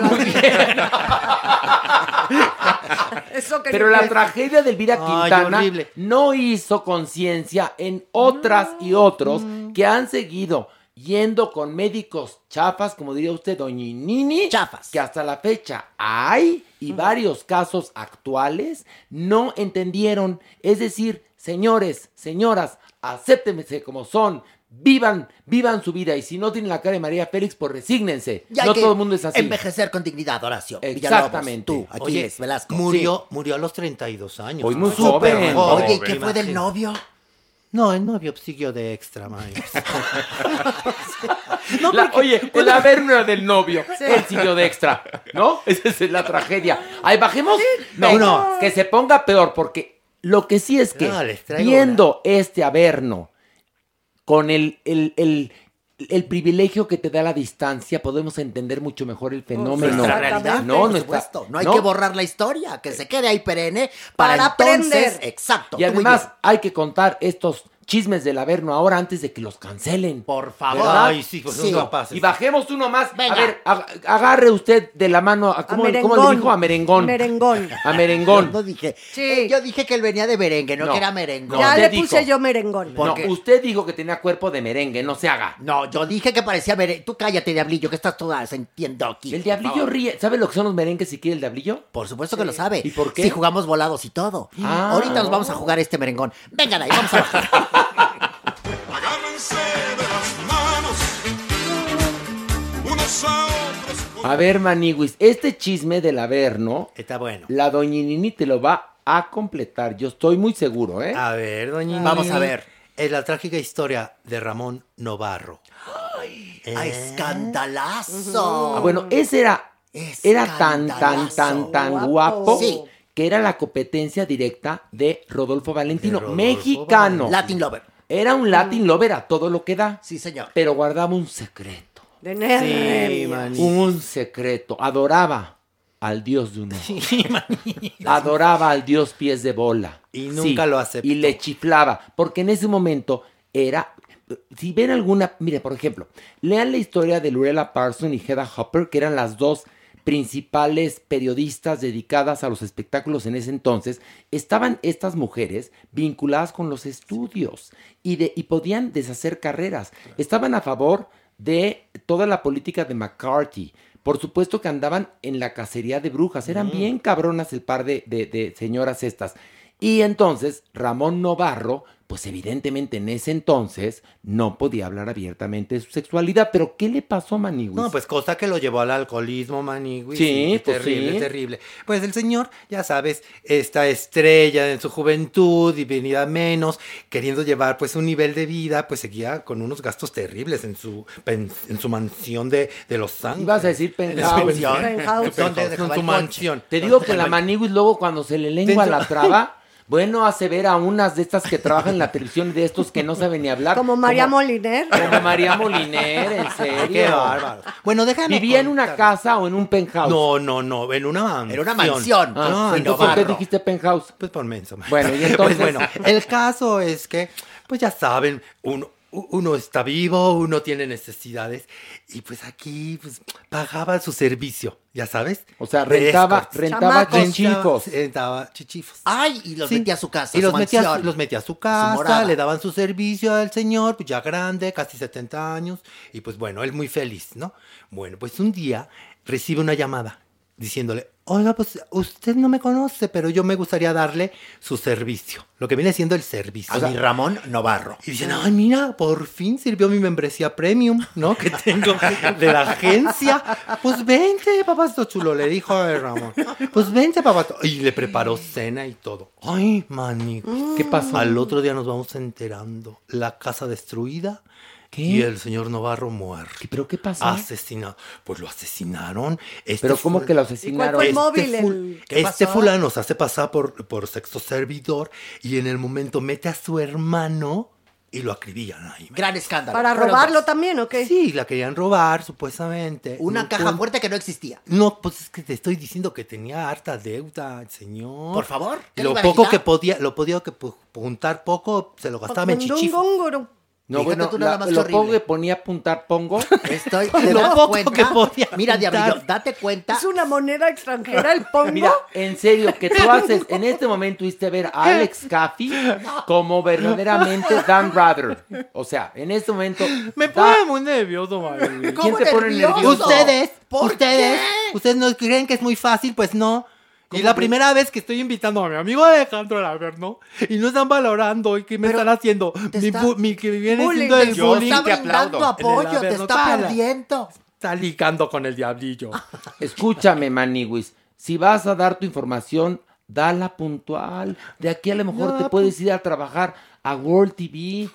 Eso que Pero ni la que- tragedia de Elvira Ay, Quintana horrible. no hizo conciencia en otras y otros que han seguido yendo con médicos chafas, como diría usted, doñinini. Chafas. Que hasta la fecha hay y varios casos actuales no entendieron. Es decir, señores, señoras, acéptense como son. Vivan su vida y si no tienen la cara de María Félix, pues resígnense. Ya hay No que todo el mundo es así. envejecer con dignidad, Horacio. Exactamente. Villalobos, tú, Aquiles, Velasco. Murió a los 32 años. Hoy muy Súper joven. Oye, ¿y qué fue del imagínate. novio? No, el novio siguió de extra, Maniwis. Oye, el averno del novio, él siguió de extra, ¿no? Esa es la tragedia. Ahí bajemos. No, que se ponga peor, porque lo que sí es que No, les traigo viendo este averno con el privilegio que te da la distancia, podemos entender mucho mejor el fenómeno. Nuestra realidad, No, por nuestra- supuesto. No hay no. que borrar la historia, que se quede ahí perenne para Para entonces. aprender. Exacto. Y tú muy además bien. hay que contar estos chismes del averno ahora antes de que los cancelen. Por favor. ¿Verdad? Ay, sí, pues Sí. son capaces. Y bajemos uno más. Venga. A ver, agarre usted de la mano. ¿Cómo le dijo? A merengón. Merengón. A merengón. No dije. Sí. Yo dije que él venía de merengue, no, No. que era merengón. No, Ya usted le puse dijo. yo merengón. No, qué? usted dijo que tenía cuerpo de merengue, no se haga. No, yo dije que parecía merengue. Tú cállate, diablillo, que estás toda entiendo aquí. El por diablillo favor. ríe. ¿Sabe lo que son los merengues si quiere el diablillo? Por supuesto que lo sabe. ¿Y por qué? Si jugamos volados y todo. Ah. Ahorita nos vamos a jugar este merengón. Venga de ahí, vamos a bajar. Agárrense de las manos, unos a otros. A ver, Maniwis, este chisme del averno, Está bueno. la doñinini te lo va a completar. Yo estoy muy seguro, ¿eh? A ver, doña Vamos Nini, a ver. Es la trágica historia de Ramón Novarro. ¡Ay, escandalazo! Ah, bueno, ese era tan guapo Sí. que era la competencia directa de Rodolfo Valentino, De Rodolfo mexicano. Latin Lover. Era un Latin lover a todo lo que da, Sí, señor. pero guardaba un secreto. De nervios. Sí, Mani. Un secreto. Adoraba al dios de uno. Adoraba al dios pies de bola. Y nunca lo aceptó. Y le chiflaba. Porque en ese momento era. Si ven alguna. Mire, por ejemplo, lean la historia de Lurella Parson y Hedda Hopper, que eran las dos principales periodistas dedicadas a los espectáculos en ese entonces. Estaban estas mujeres vinculadas con los estudios y podían deshacer carreras. Estaban a favor de toda la política de McCarthy. Por supuesto que andaban en la cacería de brujas. Eran bien cabronas el par de señoras estas. Y entonces Ramón Novarro, pues evidentemente en ese entonces no podía hablar abiertamente de su sexualidad. ¿Pero qué le pasó a Maniwis? No, pues cosa que lo llevó al alcoholismo, Maniwis. Sí, pues terrible, sí. terrible. Pues el señor, ya sabes, esta estrella en su juventud y venida menos, queriendo llevar pues un nivel de vida, pues seguía con unos gastos terribles en su mansión de Los Ángeles. Ibas a decir penthouse. pensión. Penthouse. ¿Dónde En dejaba su el coche? mansión. Te digo que la Maniwis luego cuando se le lengua Dentro- la traba, bueno, hace ver a unas de estas que trabajan en la televisión de estos que no saben ni hablar. Como María Moliner. Como María Moliner, en serio. Qué bárbaro. Bueno, déjame ¿Vivía en una contar. casa o en un penthouse? No, en una mansión. Era una mansión. Ah, No, Fui entonces, ¿por qué Novarro. dijiste penthouse? Pues por menso. Bueno, y entonces- Pues bueno, el caso es que, pues ya saben, uno está vivo, uno tiene necesidades y pues aquí pues pagaba su servicio, ya sabes. O sea, De rentaba Chamacos. chichifos. Rentaba chichifos. Ay, y los Sí. metía a su casa, Y a los su metía, mansión. los metía a su Su casa, morada. le daban su servicio al señor, pues ya grande, casi 70 años, y pues bueno, él muy feliz, ¿no? Bueno, pues un día recibe una llamada diciéndole, oiga, pues usted no me conoce, pero yo me gustaría darle su servicio, lo que viene siendo el servicio. A mi Ramón Novarro. Y dicen, ay, mira, por fin sirvió mi membresía premium, ¿no? Que tengo de la agencia. Pues vente, papacito chulo, le dijo a Ramón. Pues vente, papacito. Y le preparó cena y todo. Ay, maní. ¿Qué pasó? Al otro día nos vamos enterando. La casa destruida. ¿Qué? Y el señor Novarro muerto. ¿Pero qué pasó? Asesinado. Pues lo asesinaron. ¿Pero cómo que lo asesinaron? ¿Y cuál fue el móvil? ¿Qué Este pasó? fulano se hace pasar por sexo servidor y en el momento mete a su hermano y lo acribillan ahí. Gran escándalo. ¿Para Fueron robarlo dos. también o qué? Sí, la querían robar, supuestamente. Una No, caja pues, fuerte que no existía. No, pues es que te estoy diciendo que tenía harta deuda el señor. Por favor, ¿qué Y le lo iban a poco quitar? que podía, juntar poco, se lo gastaba en chichifos. Mondongongoro. No, Fíjate bueno, tú nada más lo horrible. poco que ponía a apuntar pongo. Estoy Lo ¿te das poco cuenta? que podía Mira, juntar. Diablillo, date cuenta. ¿Es una moneda extranjera el pongo? Mira, en serio, que tú haces, en este momento viste ver a Alex Caffey como verdaderamente Dan Rather. O sea, en este momento. Me da- pone muy nervioso, María. ¿Quién ¿Cómo te pone nervioso? nervioso? Ustedes, ¿Por ustedes, qué? ustedes no creen que es muy fácil, pues no. Y la primera vez que estoy invitando a mi amigo Alejandro Laverno y no están valorando y que me Pero están haciendo te mi, está- mi que viene Bullying. siendo el Yo bullying. Está te brindando aplaudo. apoyo, En el te está Averno, perdiendo. Está ligando con el diablillo. Escúchame, Maniwis. Si vas a dar tu información, dala puntual. De aquí a lo mejor No, te puedes ir a trabajar a World TV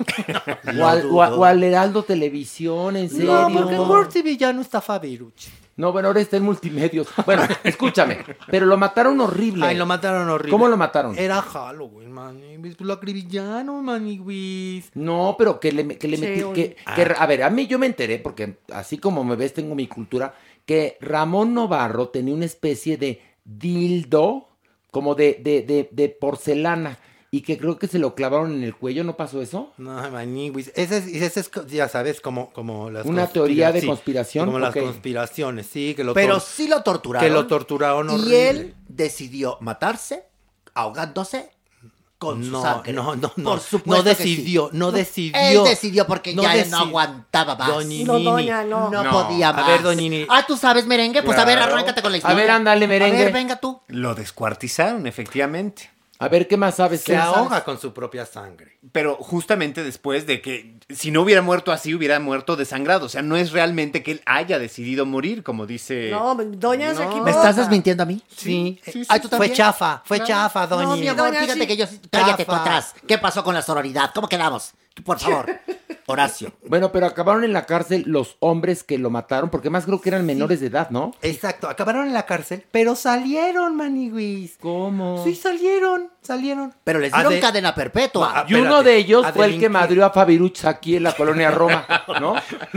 Lo o al Heraldo Televisión, en serio. No, porque en World TV ya no está Fabiruch. No, bueno, ahora está en multimedios. Bueno, escúchame, pero lo mataron horrible. Ay, lo mataron horrible. ¿Cómo lo mataron? Era Halloween, Maniwis. Pues lo acribillaron, Maniwis. No, pero que le Sí, metí, un- a ver, a mí yo me enteré, porque así como me ves, tengo mi cultura, que Ramón Novarro tenía una especie de dildo, como de porcelana, y que creo que se lo clavaron en el cuello, ¿no pasó eso? No, Maniwis. Ese es, ya sabes, como las Una teoría de sí, conspiración, Como ok. las conspiraciones, sí, que lo Pero sí lo torturaron. que lo torturaron Y horrible. él decidió matarse ahogándose con su No, sangre. no, no, no. Por supuesto No que sí. decidió, no decidió. Él decidió porque No ya él deci- no aguantaba más. Doña No, Nini. doña, no. No, No. podía A más. ver, doñini. Ah, ¿tú sabes merengue? Pues a ver, Claro. arráncate con la A historia. ver, ándale, merengue. A ver, venga tú. Lo descuartizaron, efectivamente. A ver, ¿qué más sabes? Se ¿Qué más ahoga sabes? con su propia sangre. Pero justamente después de que, si no hubiera muerto así, hubiera muerto desangrado. O sea, no es realmente que él haya decidido morir, como dice... No, doña se equivoca. ¿Me estás desmintiendo a mí? Sí. Ay, ¿tú también? Fue chafa, doña. No, mi amor, Doña, fíjate sí. que yo... Cállate tú Chafa. atrás. ¿Qué pasó con la sororidad? ¿Cómo quedamos? Por favor. Horacio. Bueno, pero acabaron en la cárcel los hombres que lo mataron, porque más creo que eran menores de edad, ¿no? Exacto, acabaron en la cárcel, pero salieron, Maniwis. ¿Cómo? Sí, salieron. Pero les dieron Ade- cadena perpetua. Ah, Y uno espérate, de ellos a fue el que delinquir. madrió a Fabiruch aquí en la colonia Roma, ¿no?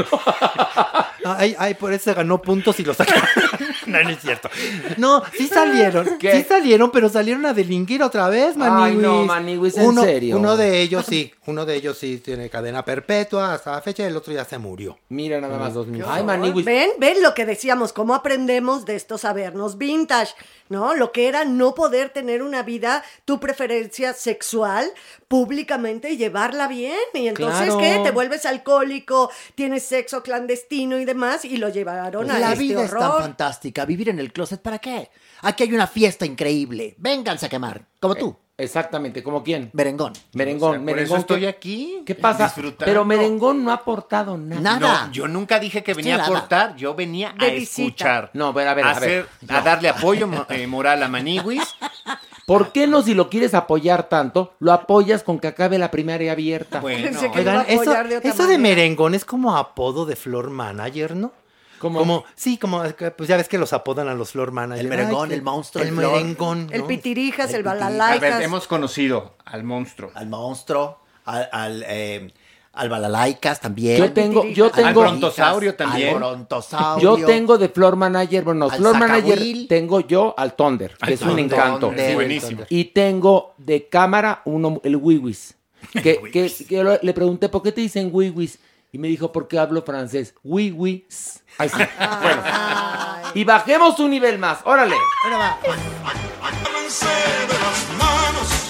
Ay, por eso ganó puntos y lo sacaron. No, no es cierto. No, sí salieron. ¿Qué? Sí salieron, pero salieron a delinquir otra vez, Maniwis. Ay, no, Maniwis, ¿en serio? Uno de ellos sí tiene cadena perpetua hasta la fecha y el otro ya se murió. Mira nada más 2 minutos. Ay, Maniwis. Ven lo que decíamos, cómo aprendemos de estos sabernos vintage, ¿no? Lo que era no poder tener una vida, tu preferencia sexual públicamente y llevarla bien. Y entonces, Claro. ¿qué? Te vuelves alcohólico, tienes sexo clandestino y demás, y lo llevaron a La este vida es tan horror. fantástica. ¿Vivir en el closet para qué? Aquí hay una fiesta increíble. Vénganse a quemar. Como tú. Exactamente, ¿como quién? Merengón. Merengón, O sea, por Merengón. eso estoy ¿qué- aquí. ¿Qué pasa? disfrutando. Pero Merengón no ha aportado nada. Nada. No, yo nunca dije que Estoy venía a helada. aportar, yo venía De a visita. escuchar. No, pero a ver, a ver. A darle apoyo moral a Maniwis. ¿Por qué no, si lo quieres apoyar tanto, lo apoyas con que acabe la primaria abierta? Bueno, Pensé que lo iba Oigan, a apoyar de otra eso de manera. merengón es como apodo de floor manager, ¿no? ¿Cómo? Pues ya ves que los apodan a los floor managers. El merengón, Ay, que- el monstruo, el el flor. merengón. El ¿no? pitirijas, el El a ver, balalaicas. hemos conocido al monstruo. Al monstruo. Al balalaicas también. Yo tengo, yo Al tengo, brontosaurio también. Al brontosaurio. yo tengo de floor manager, bueno, Al floor manager Zacahuil. tengo yo al Thunder, que es un Thunder. encanto. Thunder. Sí, buenísimo. Y tengo de cámara uno, el Wiwis. que le pregunté, ¿por qué te dicen wiwis? Y me dijo, ¿por qué hablo francés? Wiwis. Ay, sí. Bueno. Y bajemos un nivel más. ¡Órale! Bueno, va. Agárrense de las manos,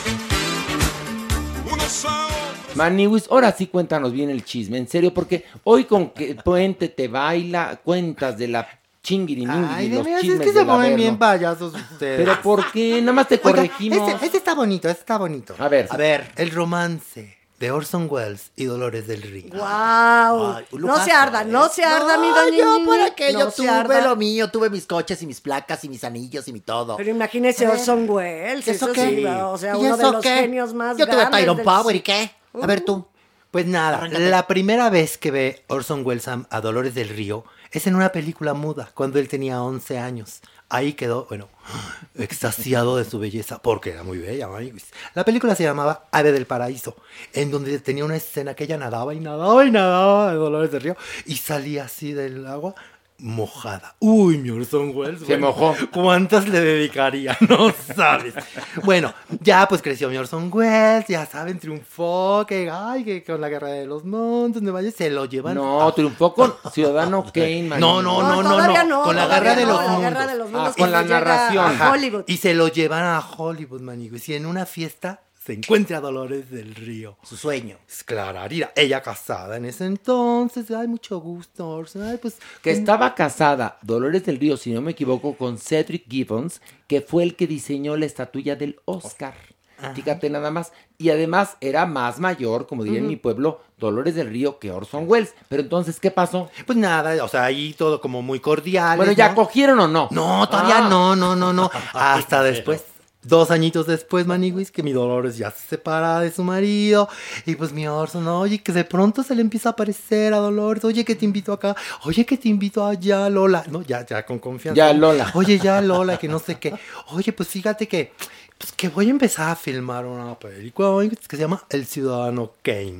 unos a otros. Maniwis, ahora sí cuéntanos bien el chisme, en serio, porque hoy con que Puente te baila, cuentas de la chinguiriningui, Ay, los de veras, es chismes que se del ponen Averno. bien payasos ustedes. Pero ¿por qué? Nada más te Oiga, corregimos. Este está bonito, este está bonito. A ver. A ver, el romance de Orson Welles y Dolores del Río. ¡Wow! Ay, un No lujazo, se arda, no se arda, mi doña yo Ñiñi, por aquello no se tuve arda. lo mío, tuve mis coches y mis placas y mis anillos y mi todo. Pero imagínese Orson Welles, ¿Eso eso qué? sí, o sea, ¿Y uno de eso los qué? genios más Yo tuve grandes Tyrone del Power y qué. A ver tú. Pues nada, Arráncate. la primera vez que ve Orson Welles a Dolores del Río es en una película muda, cuando él tenía 11 años. Ahí quedó, bueno, extasiado de su belleza, porque era muy bella, amigos. La película se llamaba Ave del Paraíso, en donde tenía una escena que ella nadaba y nadaba y nadaba de Dolores del Río, y salía así del agua mojada. Uy, mi Orson Welles. Se mojó. ¿Cuántas le dedicaría? No sabes. Bueno, ya pues creció mi Orson Welles, ya saben, triunfó, que con la Guerra de los Montes, Nueva York, se lo llevan. No, triunfó con Ciudadano Kane, No, todavía no, con la todavía Guerra de no, los la Mundos. Guerra de los Mundos con la cuando llega narración. a Hollywood. Y se lo llevan a Hollywood, maniguis. Y en una fiesta se encuentra Dolores del Río. Su sueño. Es Clararira, ella casada en ese entonces. Ay, mucho gusto, Orson. Ay, pues. Que estaba casada, Dolores del Río, si no me equivoco, con Cedric Gibbons, que fue el que diseñó la estatuilla del Oscar. Fíjate nada más. Y además era más mayor, como diría en mi pueblo, Dolores del Río que Orson Welles. Pero entonces, ¿qué pasó? Pues nada, o sea, ahí todo como muy cordial. Bueno, ¿ya cogieron o no? No, todavía Ah. no. Hasta después. 2 añitos después, maniguis, que mi Dolores ya se separa de su marido. Y pues mi Orson, oye, que de pronto se le empieza a aparecer a Dolores. Oye, que te invito acá. Oye, que te invito allá, Lola. No, ya con confianza. Ya, Lola. Oye, ya, Lola, que no sé qué. Oye, pues fíjate que voy a empezar a filmar una película que se llama El Ciudadano Kane.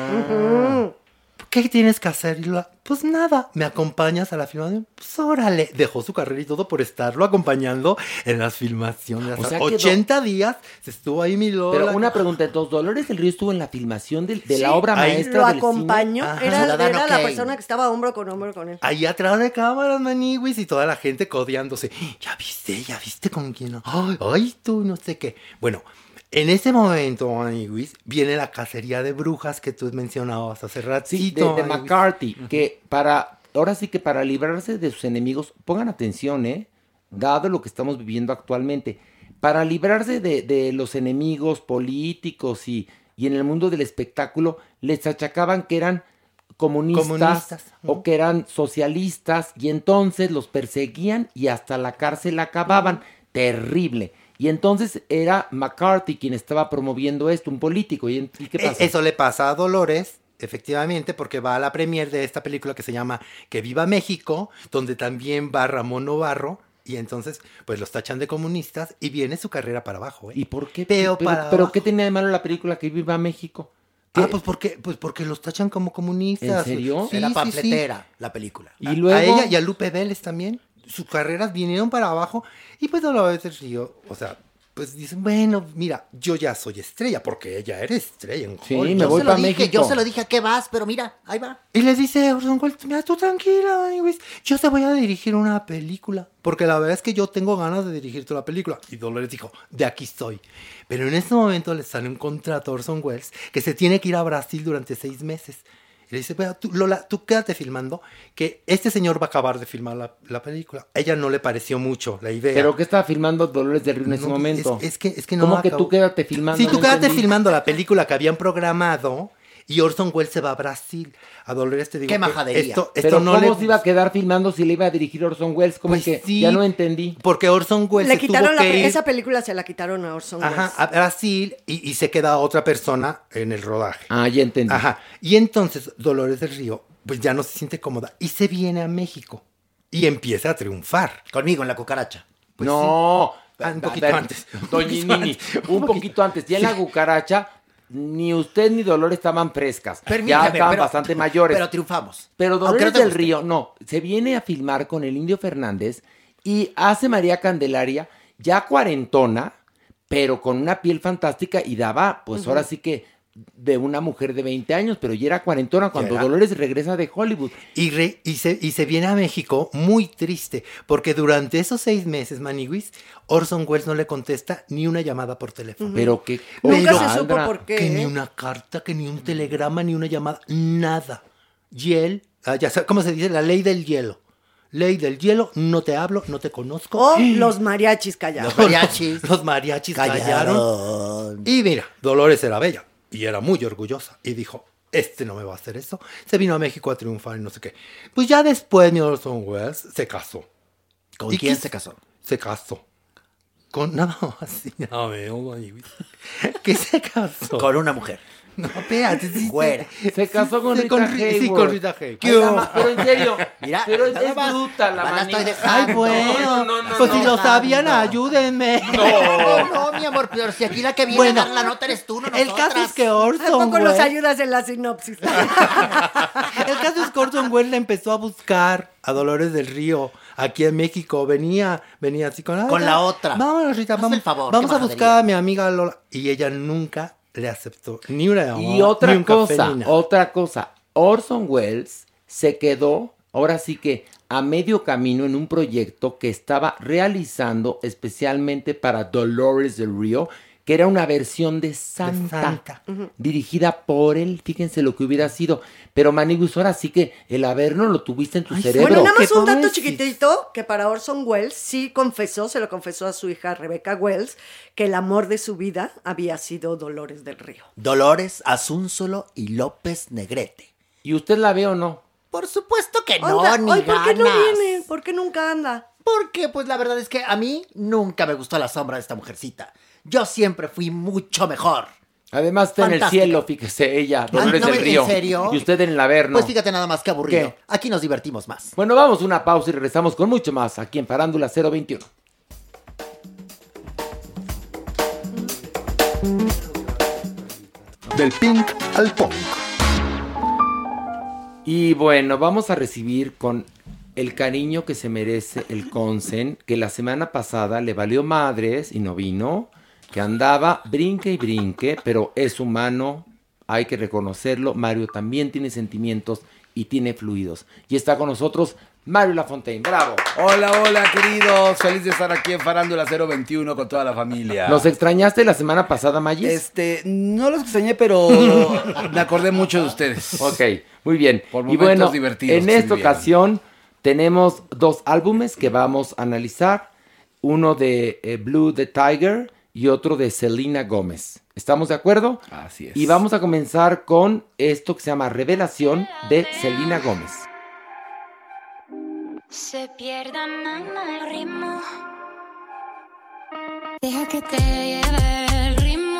¿Qué tienes que hacer? Y Lola, pues nada, ¿me acompañas a la filmación? Pues órale. Dejó su carrera y todo por estarlo acompañando en las filmaciones. O sea que 80 días se estuvo ahí mi Lola. Pero una pregunta, entonces, ¿Dolores del Río estuvo en la filmación de Sí, la obra ahí maestra Lo del acompañó, cine? era Ciudadano la Kane. persona que estaba hombro con él. Ahí atrás de cámaras, maniguis, y toda la gente codeándose. ¿Ya viste con quién? Ay, tú, no sé qué. Bueno, en ese momento, maniguis, viene la cacería de brujas que tú mencionabas hace Sí, ratito. de maniguis. McCarthy, que ahora sí que para librarse de sus enemigos, pongan atención, dado lo que estamos viviendo actualmente, para librarse de los enemigos políticos y en el mundo del espectáculo, les achacaban que eran comunistas. O que eran socialistas, y entonces los perseguían y hasta la cárcel acababan. Terrible. Y entonces era McCarthy quien estaba promoviendo esto, un político. ¿Y qué pasa? Eso le pasa a Dolores, efectivamente, porque va a la premier de esta película que se llama Que Viva México, donde también va Ramón Novarro, y entonces pues los tachan de comunistas y viene su carrera para abajo. ¿Y por qué? Pero Pero ¿qué tenía de malo la película Que Viva México? ¿Qué? Pues porque los tachan como comunistas. ¿En serio? Sí, Era sí, pamfletera la película. Y A luego ella y a Lupe Vélez también. Sus carreras vinieron para abajo y pues Dolores del Río, o sea, pues dicen, bueno, mira, yo ya soy estrella, porque ella era estrella en Sí, Hollywood. me voy para Yo México. se lo dije, ¿a qué vas? Pero mira, ahí va. Y le dice Orson Welles, mira, tú tranquila, güey, yo te voy a dirigir una película. Porque la verdad es que yo tengo ganas de dirigirte una película. Y Dolores dijo, de aquí estoy. Pero en ese momento le sale un contrato a Orson Welles que se tiene que ir a Brasil durante 6 meses. Y le dice, bueno, Lola, tú quédate filmando, que este señor va a acabar de filmar la película. A ella no le pareció mucho la idea. ¿Pero qué estaba filmando Dolores del Río en ese No, momento? Es que no ¿Cómo que acabó. tú quédate filmando? Sí, tú No quédate entendí. filmando la película que habían programado y Orson Welles se va a Brasil. A Dolores te digo Qué que majadería. esto Pero no ¿cómo le... se iba a quedar filmando si le iba a dirigir Orson Welles? ¿Cómo Pues es que sí, ya no entendí? Porque Orson Welles Le se quitaron tuvo que ir esa película, se la quitaron a Orson ajá, Welles. a Brasil y se queda otra persona en el rodaje. Ah, ya entendí. Ajá. Y entonces Dolores del Río pues ya no se siente cómoda y se viene a México y empieza a triunfar. Conmigo en la cucaracha. Pues no, un poquito antes. Doña Nini, un poquito antes. Ya en la cucaracha, ni usted ni Dolores estaban frescas. Ya Permíteme, estaban pero- bastante mayores. Pero triunfamos. Pero Aunque Dolores no te del guste. Río, no, se viene a filmar con el Indio Fernández y hace María Candelaria, ya cuarentona, pero con una piel fantástica y daba, pues ahora sí que de una mujer de 20 años, pero ya era cuarentona cuando Dolores regresa de Hollywood. Y se viene a México muy triste, porque durante esos 6 meses, Maniwis, Orson Welles no le contesta ni una llamada por teléfono. Pero que... Nunca se supo por qué. Que ni una carta, que ni un telegrama, ni una llamada, nada. Y él, ¿cómo se dice? La ley del hielo. Ley del hielo, no te hablo, no te conozco. O los mariachis callaron. Los mariachis callaron. Y mira, Dolores era bella y era muy orgullosa. Y dijo, no me va a hacer eso. Se vino a México a triunfar y no sé qué. Pues ya después, mi Orson Welles se casó. ¿Con quién se casó? Se casó. Con nada más. ¿Qué se casó? Con una mujer. No, espérate, sí. Güera. Se casó con Rita Hayworth. Sí, con Rita Hayworth. Pero en serio, Mira, pero nada es más. bruta la La estoy manita. dejando. Ay, bueno. No, Pues si lo sabían, ayúdenme. No, mi amor, pero si aquí la que viene a dar la nota eres tú, no nosotras. El caso es que ¿A Orson poco nos Welles... ayudas en la sinopsis? El caso es que Orson Welles le empezó a buscar a Dolores del Río aquí en México. Venía así con... Con la otra. Vámonos, Rita, Hazme el favor, vamos qué a buscar a mi amiga Lola. Y ella nunca le aceptó ni una llamada, Y otra ni un café, cosa, ni nada. Orson Welles se quedó, ahora sí que a medio camino en un proyecto que estaba realizando especialmente para Dolores del Río, que era una versión de Santa. Dirigida por él. Fíjense lo que hubiera sido. Pero Maniwis, ahora sí que el habernos lo tuviste en tu cerebro. Bueno, nada más ¿Qué un dato podés? chiquitito, que para Orson Welles sí se lo confesó a su hija Rebecca Wells, que el amor de su vida había sido Dolores del Río. Dolores Asúnzolo y López Negrete. ¿Y usted la ve o no? Por supuesto que Oiga, no, ni hoy, ¿por qué no ganas. viene? ¿Por qué nunca anda? Porque, pues, la verdad es que a mí nunca me gustó la sombra de esta mujercita. Yo siempre fui mucho mejor. Además está en el Fantástica. cielo, fíjese, ella, Dolores ¿no del ¿En Río. serio? Y usted en el Averno. Pues fíjate nada más que aburrido. ¿Qué? Aquí nos divertimos más. Bueno, vamos a una pausa y regresamos con mucho más aquí en Farándula 021. Del pink al punk. Y bueno, vamos a recibir con el cariño que se merece el Consen, que la semana pasada le valió madres y no vino, que andaba brinque y brinque, pero es humano, hay que reconocerlo. Mario también tiene sentimientos y tiene fluidos. Y está con nosotros Mario Lafontaine. ¡Bravo! Hola, queridos. Feliz de estar aquí en Farándula 021 con toda la familia. ¿Nos extrañaste la semana pasada, Magis? No los extrañé, pero me acordé mucho de ustedes. Ok, muy bien. Por Y momentos bueno, divertidos en que esta vivieron. ocasión tenemos 2 álbumes que vamos a analizar. Uno de Blue the Tiger y otro de Selena Gómez. ¿Estamos de acuerdo? Así es. Y vamos a comenzar con esto que se llama Revelación de Selena Gómez. Se pierda mamá el ritmo. Deja que te lleve el ritmo.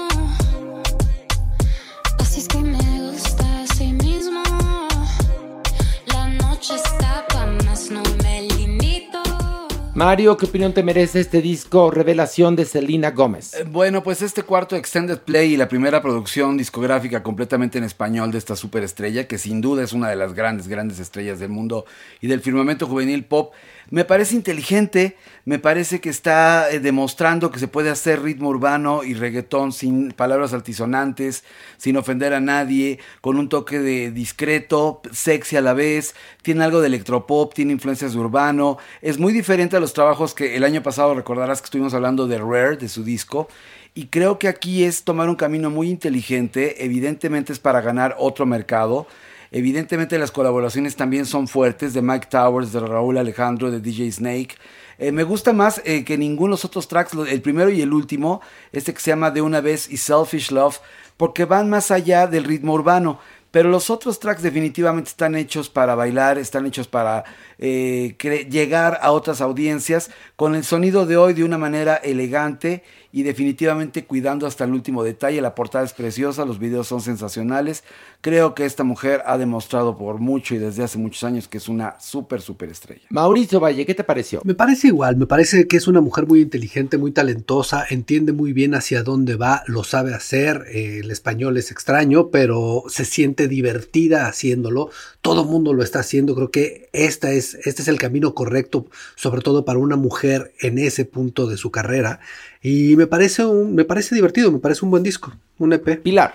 Así es que me gusta así mismo. La noche está pa' más, no me limito. Mario, ¿qué opinión te merece este disco Revelación de Selena Gómez? Bueno, pues este cuarto extended play y la primera producción discográfica completamente en español de esta superestrella, que sin duda es una de las grandes estrellas del mundo y del firmamento juvenil pop, me parece inteligente, me parece que está demostrando que se puede hacer ritmo urbano y reggaetón sin palabras altisonantes, sin ofender a nadie, con un toque de discreto, sexy a la vez, tiene algo de electropop, tiene influencias de urbano, es muy diferente a los trabajos que el año pasado recordarás que estuvimos hablando de Rare, de su disco, y creo que aquí es tomar un camino muy inteligente, evidentemente es para ganar otro mercado. Evidentemente las colaboraciones también son fuertes, de Mike Towers, de Raúl Alejandro, de DJ Snake. Me gusta más que ninguno de los otros tracks, el primero y el último, este que se llama De Una Vez y Selfish Love, porque van más allá del ritmo urbano. Pero los otros tracks definitivamente están hechos para bailar, están hechos para llegar a otras audiencias con el sonido de hoy de una manera elegante y definitivamente cuidando hasta el último detalle. La portada es preciosa, los videos son sensacionales. Creo que esta mujer ha demostrado por mucho y desde hace muchos años que es una súper estrella. Mauricio Valle, ¿qué te pareció? Me parece igual, me parece que es una mujer muy inteligente, muy talentosa, entiende muy bien hacia dónde va, lo sabe hacer, el español es extraño, pero se siente divertida haciéndolo, todo el mundo lo está haciendo, creo que este es el camino correcto, sobre todo para una mujer en ese punto de su carrera, y me parece divertido, me parece un buen disco, un EP. Pilar.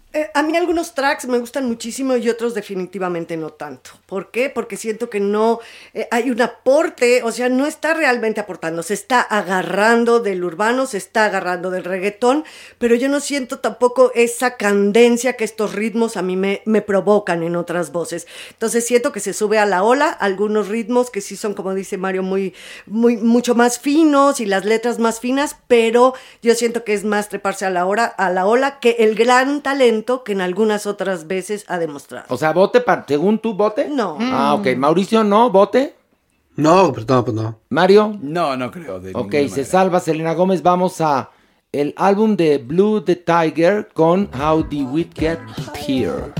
A mí algunos tracks me gustan muchísimo y otros definitivamente no tanto. ¿Por qué? Porque siento que no hay un aporte, o sea, no está realmente aportando, se está agarrando del urbano, se está agarrando del reggaetón, pero yo no siento tampoco esa candencia que estos ritmos a mí me provocan en otras voces. Entonces siento que se sube a la ola algunos ritmos que sí son, como dice Mario, mucho más finos y las letras más finas, pero yo siento que es más treparse a la ola que el gran talento que en algunas otras veces ha demostrado. O sea, ¿vote según tú, vote? No. Ah, ok. Mauricio, ¿no? ¿Vote? No, pues no. ¿Mario? No creo. Ok, se salva Selena Gómez. Vamos a el álbum de Blue the Tiger con How Did We Get Here.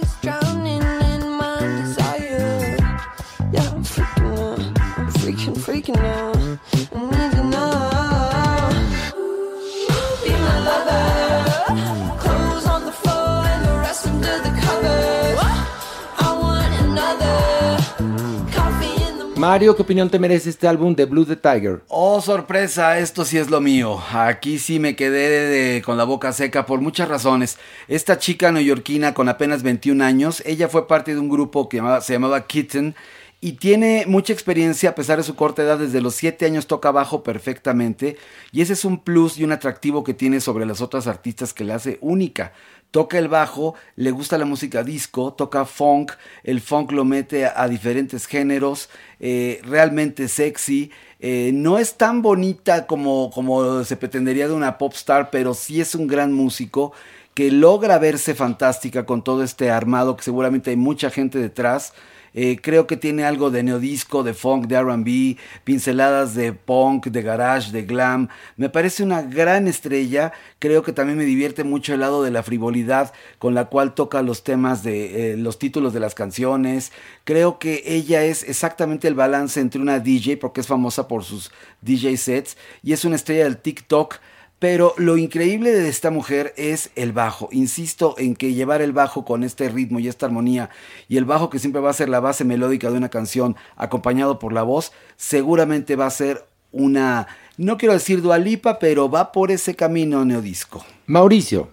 Freaking out. I need to know. Be my lover. Clothes on the floor and the rest under the covers. I want another. Coffee in the Mario, ¿qué opinión te merece este álbum de Blue the Tiger? Oh, sorpresa, esto sí es lo mío. Aquí sí me quedé con la boca seca por muchas razones. Esta chica neoyorquina con apenas 21 años, ella fue parte de un grupo que se llamaba Kitten. Y tiene mucha experiencia a pesar de su corta edad, desde los 7 años toca bajo perfectamente y ese es un plus y un atractivo que tiene sobre las otras artistas que la hace única. Toca el bajo, le gusta la música disco, toca funk, el funk lo mete a diferentes géneros, realmente sexy. No es tan bonita como se pretendería de una pop star, pero sí es un gran músico que logra verse fantástica con todo este armado que seguramente hay mucha gente detrás. Creo que tiene algo de neodisco, de funk, de R&B, pinceladas de punk, de garage, de glam. Me parece una gran estrella. Creo que también me divierte mucho el lado de la frivolidad con la cual toca los temas de los títulos de las canciones. Creo que ella es exactamente el balance entre una DJ, porque es famosa por sus DJ sets, y es una estrella del TikTok. Pero lo increíble de esta mujer es el bajo. Insisto en que llevar el bajo con este ritmo y esta armonía, y el bajo que siempre va a ser la base melódica de una canción acompañado por la voz, seguramente va a ser una, no quiero decir Dua Lipa, pero va por ese camino neodisco. Mauricio.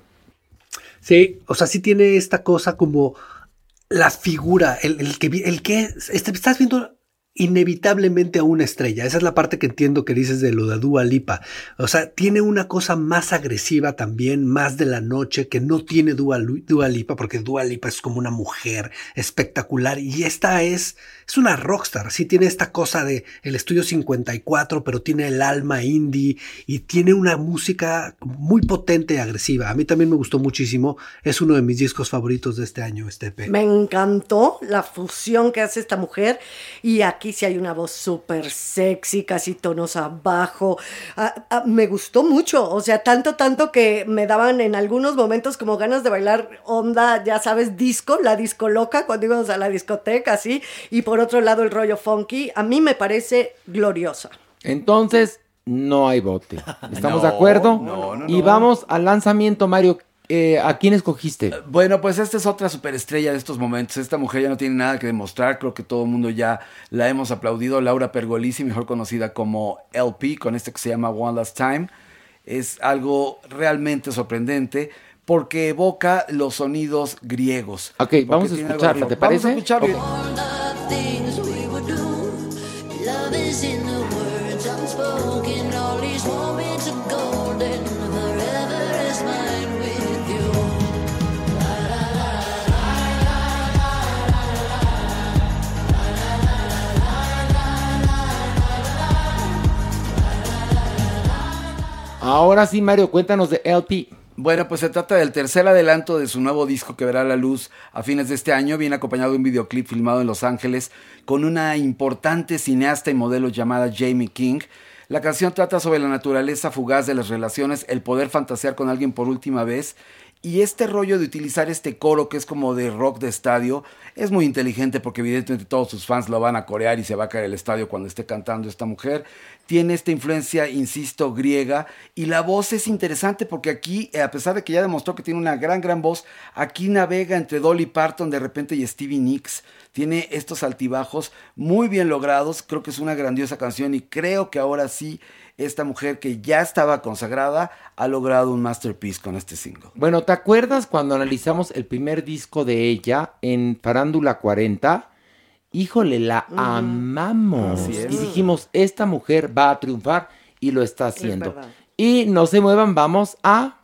Sí, o sea, sí tiene esta cosa como la figura, el que estás viendo inevitablemente a una estrella. Esa es la parte que entiendo que dices de lo de Dua Lipa. O sea, tiene una cosa más agresiva también, más de la noche, que no tiene Dua Lipa, porque Dua Lipa es como una mujer espectacular y esta es una rockstar. Sí tiene esta cosa de el estudio 54, pero tiene el alma indie y tiene una música muy potente y agresiva. A mí también me gustó muchísimo. Es uno de mis discos favoritos de este año, este EP. Me encantó la fusión que hace esta mujer y aquí sí hay una voz súper sexy, casi tonos abajo. Me gustó mucho, o sea, tanto que me daban en algunos momentos como ganas de bailar onda, ya sabes, disco, la disco loca, cuando íbamos a la discoteca, así, y por otro lado el rollo funky. A mí me parece gloriosa. Entonces, no hay vote. ¿Estamos de acuerdo? No. Y vamos al lanzamiento, Mario. ¿A quién escogiste? Bueno, pues esta es otra superestrella de estos momentos. Esta mujer ya no tiene nada que demostrar. Creo que todo el mundo ya la hemos aplaudido. Laura Pergolisi, mejor conocida como LP, con este que se llama One Last Time. Es algo realmente sorprendente porque evoca los sonidos griegos. Ok, vamos a escucharla, ¿te parece? Vamos a escucharlo. Ahora sí, Mario, cuéntanos de LP. Bueno, pues se trata del tercer adelanto de su nuevo disco que verá la luz a fines de este año. Viene acompañado de un videoclip filmado en Los Ángeles con una importante cineasta y modelo llamada Jamie King. La canción trata sobre la naturaleza fugaz de las relaciones, el poder fantasear con alguien por última vez. Y este rollo de utilizar este coro que es como de rock de estadio es muy inteligente porque evidentemente todos sus fans lo van a corear y se va a caer el estadio cuando esté cantando esta mujer. Tiene esta influencia, insisto, griega, y la voz es interesante porque aquí, a pesar de que ya demostró que tiene una gran voz, aquí navega entre Dolly Parton de repente y Stevie Nicks. Tiene estos altibajos muy bien logrados. Creo que es una grandiosa canción y creo que ahora sí esta mujer que ya estaba consagrada ha logrado un masterpiece con este single. Bueno, ¿te acuerdas cuando analizamos el primer disco de ella en Farándula 40? Híjole, la amamos. Así es. Y dijimos, esta mujer va a triunfar y lo está haciendo. verdad. Y no se muevan, vamos a...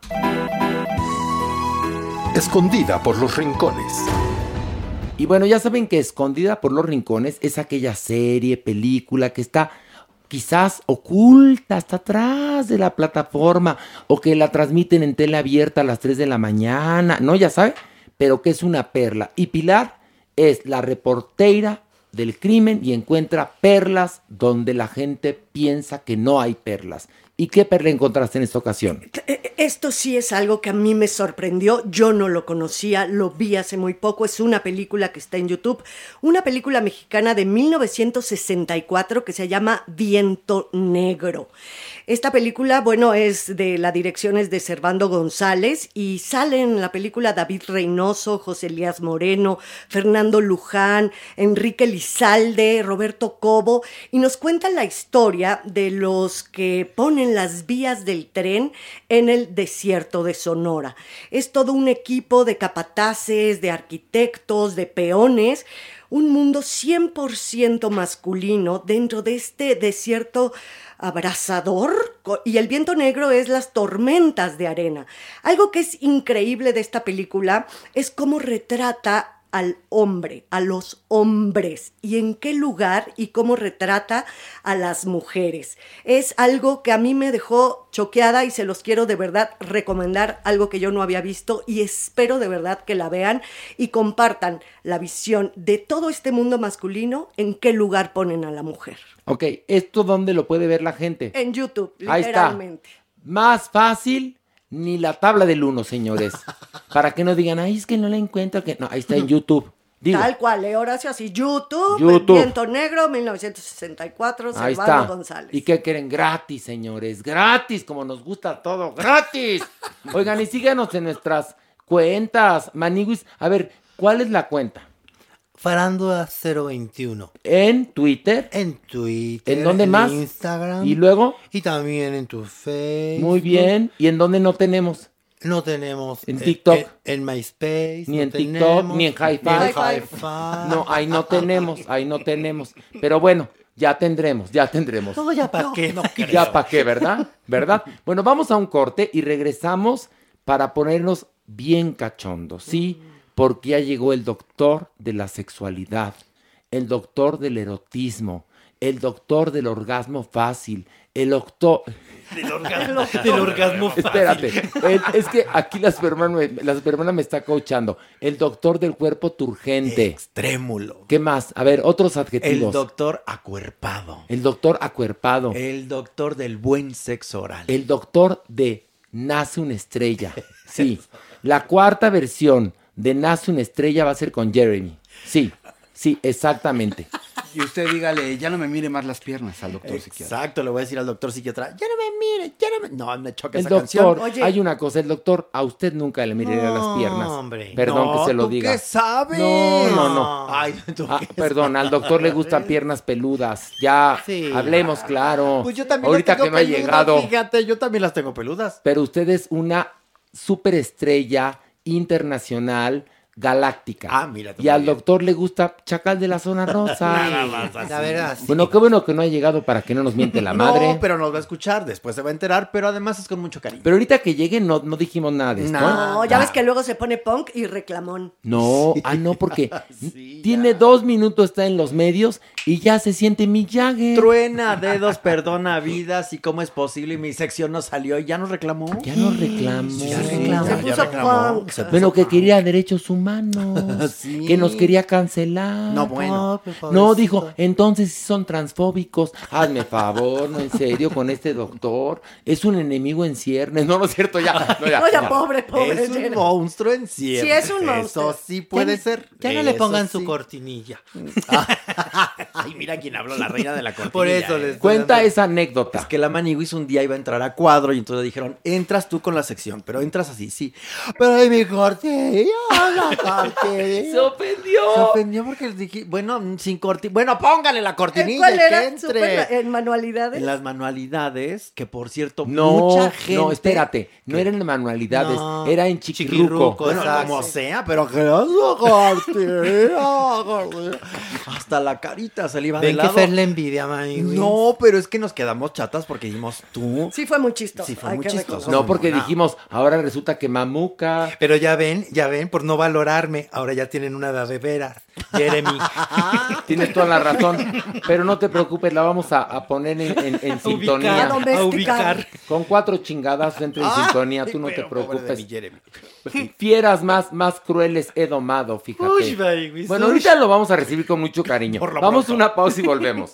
Escondida por los rincones. Y bueno, ya saben que Escondida por los Rincones es aquella serie, película que está quizás oculta hasta atrás de la plataforma o que la transmiten en tele abierta a las 3 de la mañana, ¿no? Ya sabe, pero que es una perla. Y Pilar es la reportera del crimen y encuentra perlas donde la gente piensa que no hay perlas. ¿Y qué perla encontraste en esta ocasión? Esto sí es algo que a mí me sorprendió, yo no lo conocía, lo vi hace muy poco, es una película que está en YouTube, una película mexicana de 1964 que se llama Viento Negro. Esta película, bueno, es de la dirección es de Servando González y salen en la película David Reynoso, José Elías Moreno, Fernando Luján, Enrique Lizalde, Roberto Cobo y nos cuentan la historia de los que ponen las vías del tren en el desierto de Sonora. Es todo un equipo de capataces, de arquitectos, de peones, un mundo 100% masculino dentro de este desierto abrasador, y el viento negro es las tormentas de arena. Algo que es increíble de esta película es cómo retrata al hombre, a los hombres, y en qué lugar y cómo retrata a las mujeres. Es algo que a mí me dejó choqueada y se los quiero de verdad recomendar, algo que yo no había visto y espero de verdad que la vean y compartan la visión de todo este mundo masculino, en qué lugar ponen a la mujer. Ok, ¿esto dónde lo puede ver la gente? En YouTube, Ahí literalmente. está. Más fácil ni la tabla del 1, señores. Para que no digan, ay, es que no la encuentro. Que... No, ahí está en YouTube. Digo, Tal cual, Horacio, así, YouTube, YouTube. Viento Negro, 1964, ahí Servando está. González. ¿Y qué quieren? Gratis, señores. Gratis, como nos gusta todo. ¡Gratis! Oigan, y síganos en nuestras cuentas. Maniguis, a ver, ¿cuál es la cuenta? Farándula 021. En Twitter. En Twitter. ¿En dónde más? Instagram. ¿Y luego? Y también en tu Facebook. Muy bien. ¿Y en dónde no tenemos? No tenemos. En TikTok. En MySpace. Ni no en TikTok, tenemos, ni en Hi-Fi. ni en Hi-Fi. No, ahí no tenemos. Pero bueno, ya tendremos. No, ya para qué, no creo. Ya para qué, ¿verdad? Bueno, vamos a un corte y regresamos para ponernos bien cachondos, ¿sí? Porque ya llegó el doctor de la sexualidad, el doctor del erotismo, el doctor del orgasmo fácil, el doctor... Del orgasmo fácil. Espérate, es que aquí la hermana me está coachando. El doctor del cuerpo turgente. Extrémulo. ¿Qué más? A ver, otros adjetivos. El doctor acuerpado. El doctor acuerpado. El doctor del buen sexo oral. El doctor de Nace una estrella. Sí. La cuarta versión de Nace una estrella va a ser con Jeremy. Sí, exactamente. Y usted dígale, ya no me mire más las piernas al doctor psiquiatra. Exacto, le voy a decir al doctor psiquiatra, ya no me mire, ya no me... No, me choca El esa doctor, canción. hay una cosa, el doctor a usted nunca le miraría las piernas. hombre. Perdón No, que se lo ¿tú diga. qué sabes? No. Ay, ¿tú qué Perdón, al doctor le gustan piernas peludas. Ya, Sí. hablemos claro. Pues yo también Ahorita las tengo que no ha peludas, llegado. Fíjate, yo también las tengo peludas. Pero usted es una superestrella internacional galáctica. Ah, mira tú, Y al muy bien. doctor le gusta Chacal de la Zona Rosa. La verdad, sí. Bueno, qué bueno que no ha llegado para que no nos miente la madre. No, pero nos va a escuchar, después se va a enterar, pero además es con mucho cariño. Pero ahorita que llegue no dijimos nada de esto. No, ¿eh? ya ves que luego se pone punk y reclamón. No, no, porque tiene 2 minutos, está en los medios y ya se siente Mick Jagger. Truena dedos, perdona vidas, y cómo es posible, y mi sección no salió y ya nos reclamó. Ya nos reclamó. Se puso punk. Bueno, que quería derechos humanos. Sí. Que nos quería cancelar. No, bueno. No, dijo, entonces sí son transfóbicos. Hazme favor, no, en serio, con este doctor. Es un enemigo en ciernes. No, es cierto, ya. Oye, pobre. Es un Jenna. monstruo en ciernes. Sí, es un monstruo. Eso sí puede ser. Ya no le Eso pongan su sí. cortinilla. Ay, mira quién habló, la reina de la cortinilla. Por eso les estoy Cuenta dando- esa anécdota. Es que la Maniguis un día iba a entrar a cuadro y entonces le dijeron, entras tú con la sección, pero entras así, sí. Pero hay mi cortinilla, la qué? Se ofendió. Se ofendió porque les dije, bueno, sin cortinilla. Bueno, póngale la cortinilla ¿Cuál que era? entre. ¿En manualidades? En las manualidades, que por cierto, No, mucha gente. no, espérate. No era en manualidades, No. era en Chiquirruco. Bueno, exacto. como sea, pero que hasta la carita se le iba de Ven que lado. Fer le envidia, Manny. No, pero es que nos quedamos chatas porque dijimos tú. Sí fue muy chistoso. Sí, fue hay muy que chistoso. reconocerlo. No, porque No. dijimos, ahora resulta que Mamuca. Pero ya ven, por no valorarme, ahora ya tienen una de veras. Jeremy. Tienes toda la razón. Pero no te preocupes, la vamos a poner en sintonía. A ubicar. Con 4 chingadas entre en sintonía, tú no te Pero pobre de preocupes. mi Jeremy. Fieras más crueles he domado, fíjate. Uy, baby, Bueno, uy. ahorita lo vamos a recibir con mucho cariño. Por lo Vamos a pronto. una pausa y volvemos.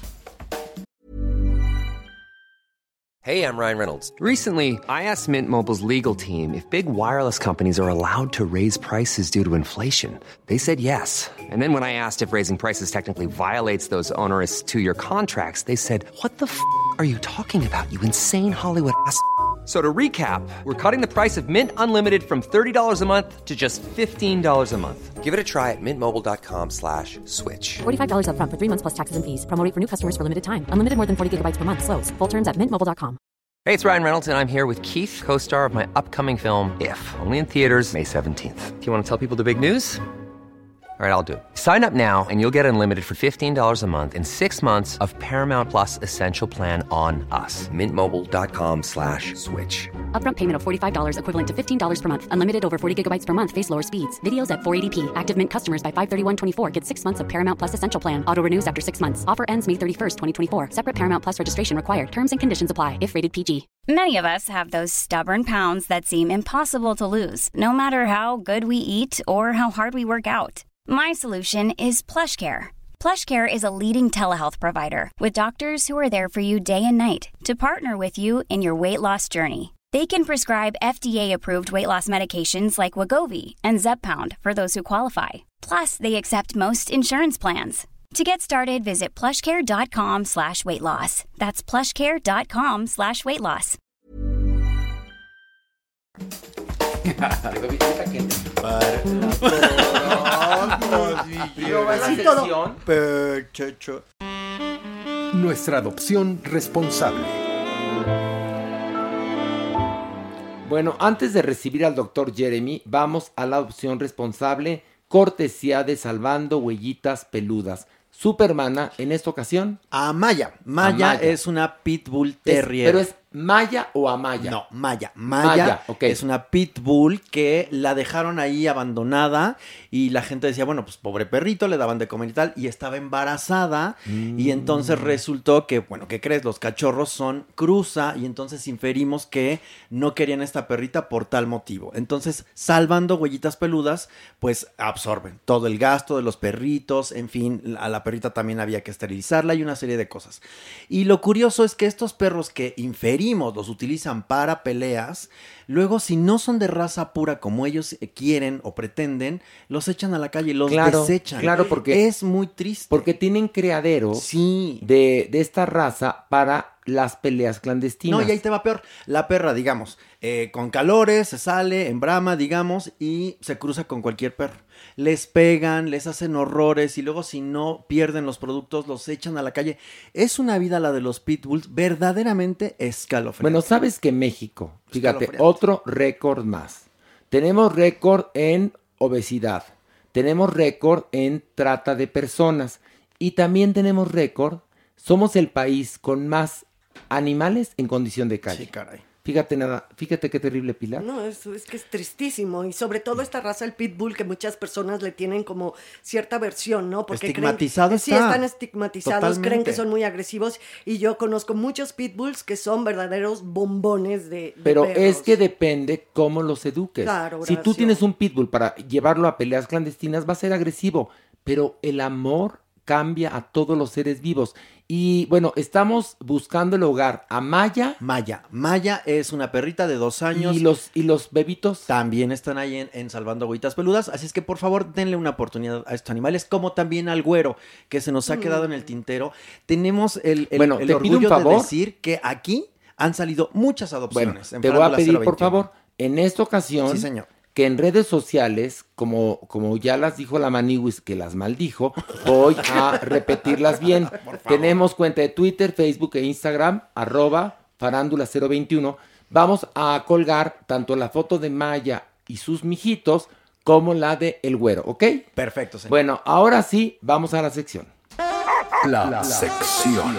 Hey, I'm Ryan Reynolds. Recently, I asked Mint Mobile's legal team if big wireless companies are allowed to raise prices due to inflation. They said yes. And then when I asked if raising prices technically violates those onerous 2-year contracts, they said, "What the f*** are you talking about, you insane Hollywood ass?" So to recap, we're cutting the price of Mint Unlimited from $30 a month to just $15 a month. Give it a try at mintmobile.com/switch. $45 up front for 3 months plus taxes and fees. Promo rate for new customers for limited time. Unlimited more than 40 gigabytes per month. Slows full terms at mintmobile.com. Hey, it's Ryan Reynolds, and I'm here with Keith, co-star of my upcoming film, If, only in theaters May 17th. Do you want to tell people the big news? All right, I'll do it. Sign up now and you'll get unlimited for $15 a month and 6 months of Paramount Plus Essential Plan on us. mintmobile.com/switch. Upfront payment of $45 equivalent to $15 per month. Unlimited over 40 gigabytes per month. Face lower speeds. Videos at 480p. Active Mint customers by 531.24 get 6 months of Paramount Plus Essential Plan. Auto renews after 6 months. Offer ends May 31st, 2024. Separate Paramount Plus registration required. Terms and conditions apply if rated PG. Many of us have those stubborn pounds that seem impossible to lose, no matter how good we eat or how hard we work out. My solution is PlushCare. PlushCare is a leading telehealth provider with doctors who are there for you day and night to partner with you in your weight loss journey. They can prescribe FDA-approved weight loss medications like Wegovy and Zepbound for those who qualify. Plus, they accept most insurance plans. To get started, visit plushcare.com/weightloss. That's plushcare.com/weightloss. Nuestra adopción responsable. Bueno, antes de recibir al doctor Jeremy, vamos a la adopción responsable, cortesía de Salvando Huellitas Peludas. Supermana, en esta ocasión. Amaya. Maya es una Pitbull Terrier. ¿Pero es Maya o Amaya? No, Maya. Maya es una Pitbull que la dejaron ahí abandonada y la gente decía, bueno, pues pobre perrito, le daban de comer y tal, y estaba embarazada y entonces resultó que, bueno, ¿qué crees? Los cachorros son cruza y entonces inferimos que no querían esta perrita por tal motivo. Entonces, Salvando Huellitas Peludas, pues absorben todo el gasto de los perritos, en fin, a la perrita también había que esterilizarla y una serie de cosas. Y lo curioso es que estos perros que inferimos los utilizan para peleas, luego si no son de raza pura como ellos quieren o pretenden, los echan a la calle, los desechan. Claro, porque es muy triste. Porque tienen criaderos de esta raza para las peleas clandestinas. No, y ahí te va peor. La perra, digamos, con calores, se sale en brama, digamos, y se cruza con cualquier perro. Les pegan, les hacen horrores y luego si no pierden los productos, los echan a la calle. Es una vida la de los pitbulls verdaderamente escalofriante. Bueno, sabes que México, fíjate, otro récord más. Tenemos récord en obesidad, tenemos récord en trata de personas y también tenemos récord, somos el país con más animales en condición de calle. Sí, caray. Fíjate qué terrible, Pilar. No, es que es tristísimo. Y sobre todo esta raza, el pitbull, que muchas personas le tienen como cierta versión, ¿no? Porque estigmatizado sí, están estigmatizados, Totalmente. creen que son muy agresivos. Y yo conozco muchos pitbulls que son verdaderos bombones de Pero perros. es que depende cómo los eduques. Claro, si tú tienes un pitbull para llevarlo a peleas clandestinas, va a ser agresivo. Pero el amor cambia a todos los seres vivos. Y bueno, estamos buscando el hogar a Maya. Maya es una perrita de 2 años. ¿Y los bebitos? También están ahí en Salvando Huellitas Peludas. Así es que por favor denle una oportunidad a estos animales, como también al güero, que se nos ha quedado en el tintero. Tenemos el orgullo de decir que aquí han salido muchas adopciones. Bueno, te voy a pedir, por favor, en esta ocasión, sí, señor, que en redes sociales, como ya las dijo la Maniwis, que las maldijo, voy a repetirlas bien. Tenemos cuenta de Twitter, Facebook e Instagram, @farándula021. Vamos a colgar tanto la foto de Maya y sus mijitos como la de El Güero, ¿ok? Perfecto, señor. Bueno, ahora sí, vamos a la sección. La sección.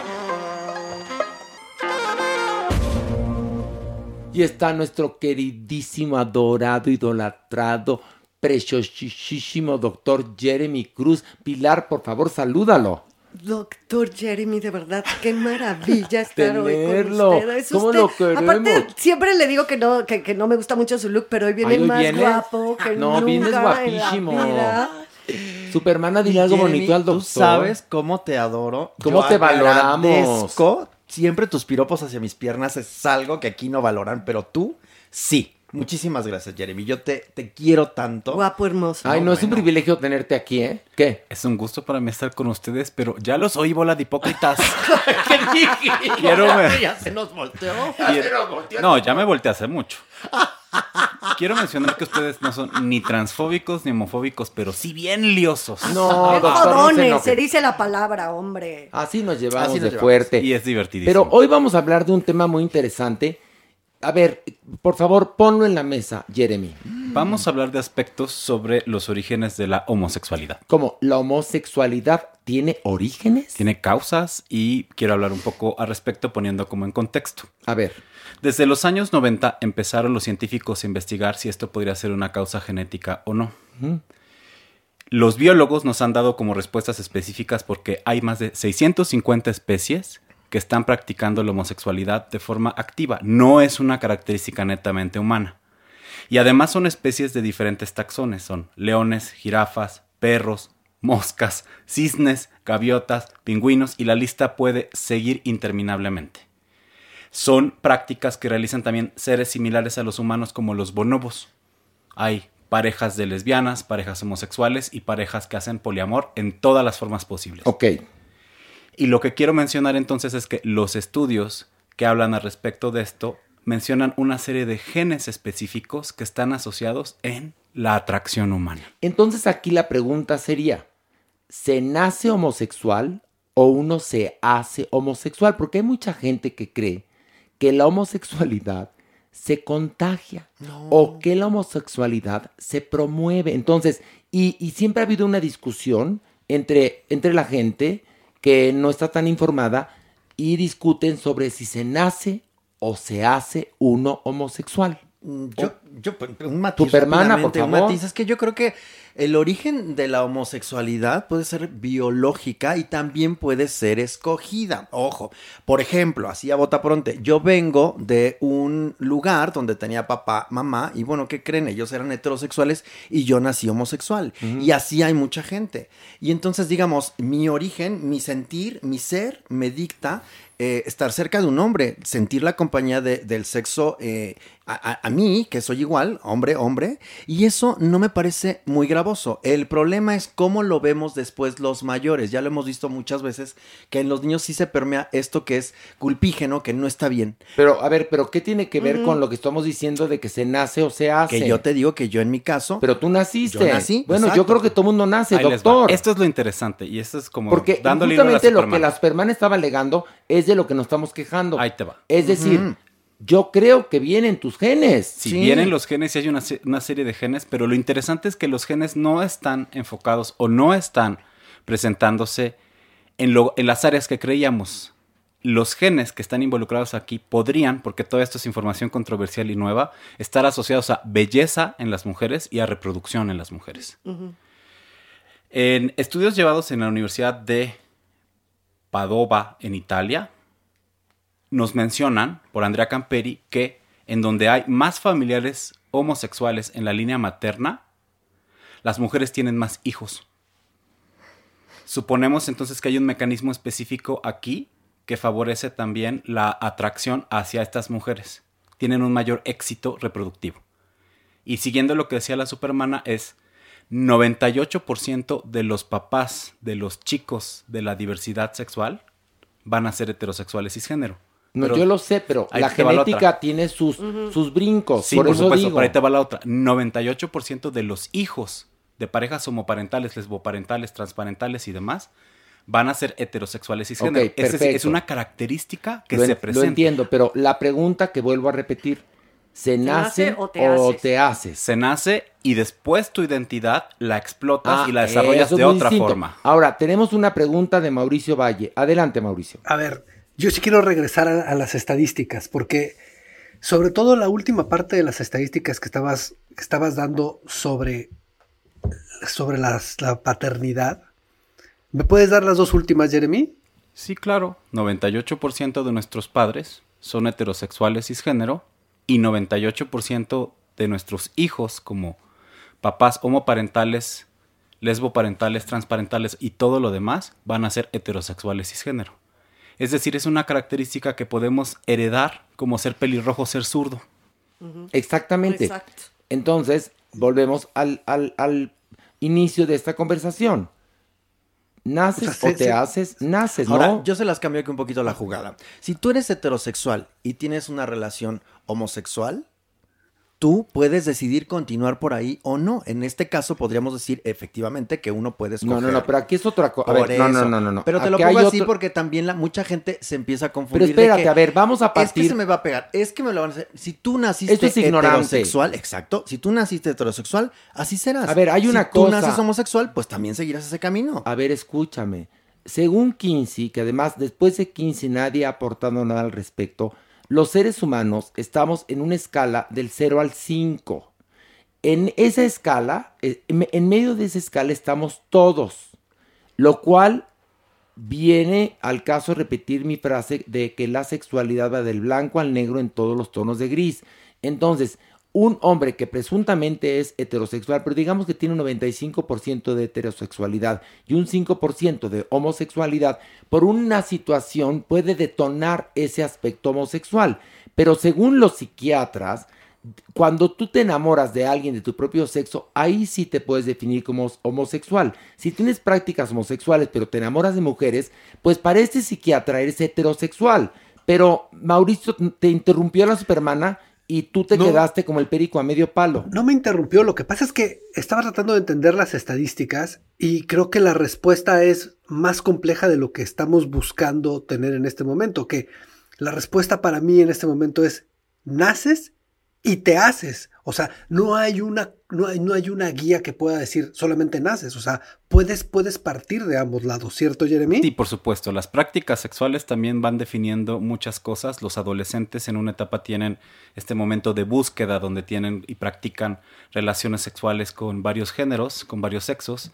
Y está nuestro queridísimo, adorado, idolatrado, preciosísimo doctor Jeremy Cruz. Pilar, por favor, salúdalo. Doctor Jeremy, de verdad, qué maravilla estar hoy con Tenerlo. usted. Es ¿Cómo usted- lo queremos? Aparte, siempre le digo que no me gusta mucho su look, pero hoy viene Ay, hoy más vienes. guapo que No, nunca vienes en la guapísimo. vida. Supermana, dile algo Jeremy, bonito al doctor. Tú sabes cómo te adoro. ¿Cómo Yo te valoramos? agradezco. Siempre tus piropos hacia mis piernas es algo que aquí no valoran, pero tú sí. Muchísimas gracias, Jeremy. Yo te quiero tanto. Guapo, hermoso. Ay, no, es un privilegio tenerte aquí, ¿eh? ¿Qué? Es un gusto para mí estar con ustedes, pero ya los oí, bola de hipócritas. ¿Qué dije? Ya se nos volteó. No, ya me volteé hace mucho. Quiero mencionar que ustedes no son ni transfóbicos ni homofóbicos, pero sí bien liosos. No, Qué doctor, no se jodones, enoje. se dice la palabra, hombre. Así nos llevamos Así nos de llevamos. fuerte. Y es divertidísimo. Pero hoy vamos a hablar de un tema muy interesante. A ver, por favor, ponlo en la mesa, Jeremy. Vamos a hablar de aspectos sobre los orígenes de la homosexualidad. ¿Cómo? ¿La homosexualidad tiene orígenes? Tiene causas y quiero hablar un poco al respecto poniendo como en contexto. A ver. Desde los años 90 empezaron los científicos a investigar si esto podría ser una causa genética o no. Los biólogos nos han dado como respuestas específicas porque hay más de 650 especies que están practicando la homosexualidad de forma activa. No es una característica netamente humana. Y además son especies de diferentes taxones. Son leones, jirafas, perros, moscas, cisnes, gaviotas, pingüinos y la lista puede seguir interminablemente. Son prácticas que realizan también seres similares a los humanos como los bonobos. Hay parejas de lesbianas, parejas homosexuales y parejas que hacen poliamor en todas las formas posibles. Ok. Y lo que quiero mencionar entonces es que los estudios que hablan al respecto de esto mencionan una serie de genes específicos que están asociados en la atracción humana. Entonces aquí la pregunta sería, ¿se nace homosexual o uno se hace homosexual? Porque hay mucha gente que cree que la homosexualidad se contagia o que la homosexualidad se promueve. Entonces, y siempre ha habido una discusión entre la gente que no está tan informada y discuten sobre si se nace o se hace uno homosexual. Yo un matiz. Supermana, por rápidamente, un favor. matiz. Es que yo creo que el origen de la homosexualidad puede ser biológica y también puede ser escogida. Ojo, por ejemplo, así a bota pronte, yo vengo de un lugar donde tenía papá, mamá, y bueno, ¿qué creen? Ellos eran heterosexuales y yo nací homosexual. Y así hay mucha gente. Y entonces, digamos, mi origen, mi sentir, mi ser, me dicta estar cerca de un hombre, sentir la compañía del sexo a mí, que soy igual, hombre, y eso no me parece muy gravoso. El problema es cómo lo vemos después los mayores. Ya lo hemos visto muchas veces, que en los niños sí se permea esto que es culpígeno, que no está bien. Pero, a ver, ¿pero qué tiene que ver con lo que estamos diciendo de que se nace o se hace? Que yo te digo que yo en mi caso... Pero tú naciste. Yo nací, Bueno, exacto. yo creo que todo mundo nace, Ahí les va. doctor. Esto es lo interesante y esto es como Porque dándole hilo a la justamente lo que Superman. la Superman estaba alegando es de lo que nos estamos quejando. Ahí te va. Es decir, yo creo que vienen tus genes. Si vienen los genes y hay una serie de genes, pero lo interesante es que los genes no están enfocados o no están presentándose en las áreas que creíamos. Los genes que están involucrados aquí podrían, porque todo esto es información controversial y nueva, estar asociados a belleza en las mujeres y a reproducción en las mujeres. En estudios llevados en la Universidad de Padova, en Italia, nos mencionan, por Andrea Camperi, que en donde hay más familiares homosexuales en la línea materna, las mujeres tienen más hijos. Suponemos entonces que hay un mecanismo específico aquí que favorece también la atracción hacia estas mujeres. Tienen un mayor éxito reproductivo. Y siguiendo lo que decía la Supermana es 98% de los papás de los chicos de la diversidad sexual van a ser heterosexuales cisgénero. No, Pero yo lo sé, pero ahí la te va la genética otra. tiene sus brincos. Sí, por por eso supuesto, digo. pero ahí te va la otra. 98% de los hijos de parejas homoparentales, lesboparentales, transparentales y demás van a ser heterosexuales cisgénero. Ok, Es perfecto. una característica que Lo se presenta. Lo entiendo, pero la pregunta que vuelvo a repetir, ¿se nace o te haces? Se nace y después tu identidad la explotas y la eso desarrollas es de muy otra distinto. forma. Ahora, tenemos una pregunta de Mauricio Valle. Adelante, Mauricio. A ver, yo sí quiero regresar a las estadísticas, porque sobre todo la última parte de las estadísticas que estabas dando sobre la paternidad. ¿Me puedes dar las dos últimas, Jeremy? Sí, claro. 98% de nuestros padres son heterosexuales cisgénero y 98% de nuestros hijos, como papás homoparentales, lesboparentales, transparentales y todo lo demás, van a ser heterosexuales cisgénero. Es decir, es una característica que podemos heredar, como ser pelirrojo, ser zurdo. Exactamente. Exacto. Entonces, volvemos al inicio de esta conversación. ¿Naces o te haces? Naces, Ahora, ¿no? yo se las cambio aquí un poquito la jugada. Si tú eres heterosexual y tienes una relación homosexual, tú puedes decidir continuar por ahí o no. En este caso podríamos decir efectivamente que uno puede escoger. No, pero aquí es otra cosa. Por eso. No. Pero te lo Aquí pongo hay así otro- porque también mucha gente se empieza a confundir. Pero espérate, de que, a ver, vamos a Es partir... que se me va a pegar. Es que me lo van a hacer. Si tú naciste Esto es ignorante. heterosexual, exacto. Si tú naciste heterosexual, así serás. A ver, hay una si cosa... tú naces homosexual, pues también seguirás ese camino. A ver, escúchame. Según Kinsey, que además después de Kinsey nadie ha aportado nada al respecto, los seres humanos estamos en una escala del 0 al 5. En esa escala, en medio de esa escala estamos todos, lo cual viene al caso repetir mi frase de que la sexualidad va del blanco al negro en todos los tonos de gris. Entonces, un hombre que presuntamente es heterosexual, pero digamos que tiene un 95% de heterosexualidad y un 5% de homosexualidad, por una situación puede detonar ese aspecto homosexual. Pero según los psiquiatras, cuando tú te enamoras de alguien de tu propio sexo, ahí sí te puedes definir como homosexual. Si tienes prácticas homosexuales pero te enamoras de mujeres, pues para este psiquiatra eres heterosexual. Pero Mauricio te interrumpió la supermana y tú te quedaste como el perico a medio palo. No me interrumpió, lo que pasa es que estaba tratando de entender las estadísticas y creo que la respuesta es más compleja de lo que estamos buscando tener en este momento, que la respuesta para mí en este momento es naces y te haces. O sea, no hay una guía que pueda decir solamente naces. O sea, puedes partir de ambos lados, ¿cierto, Jeremy? Sí, por supuesto. Las prácticas sexuales también van definiendo muchas cosas. Los adolescentes en una etapa tienen este momento de búsqueda donde tienen y practican relaciones sexuales con varios géneros, con varios sexos,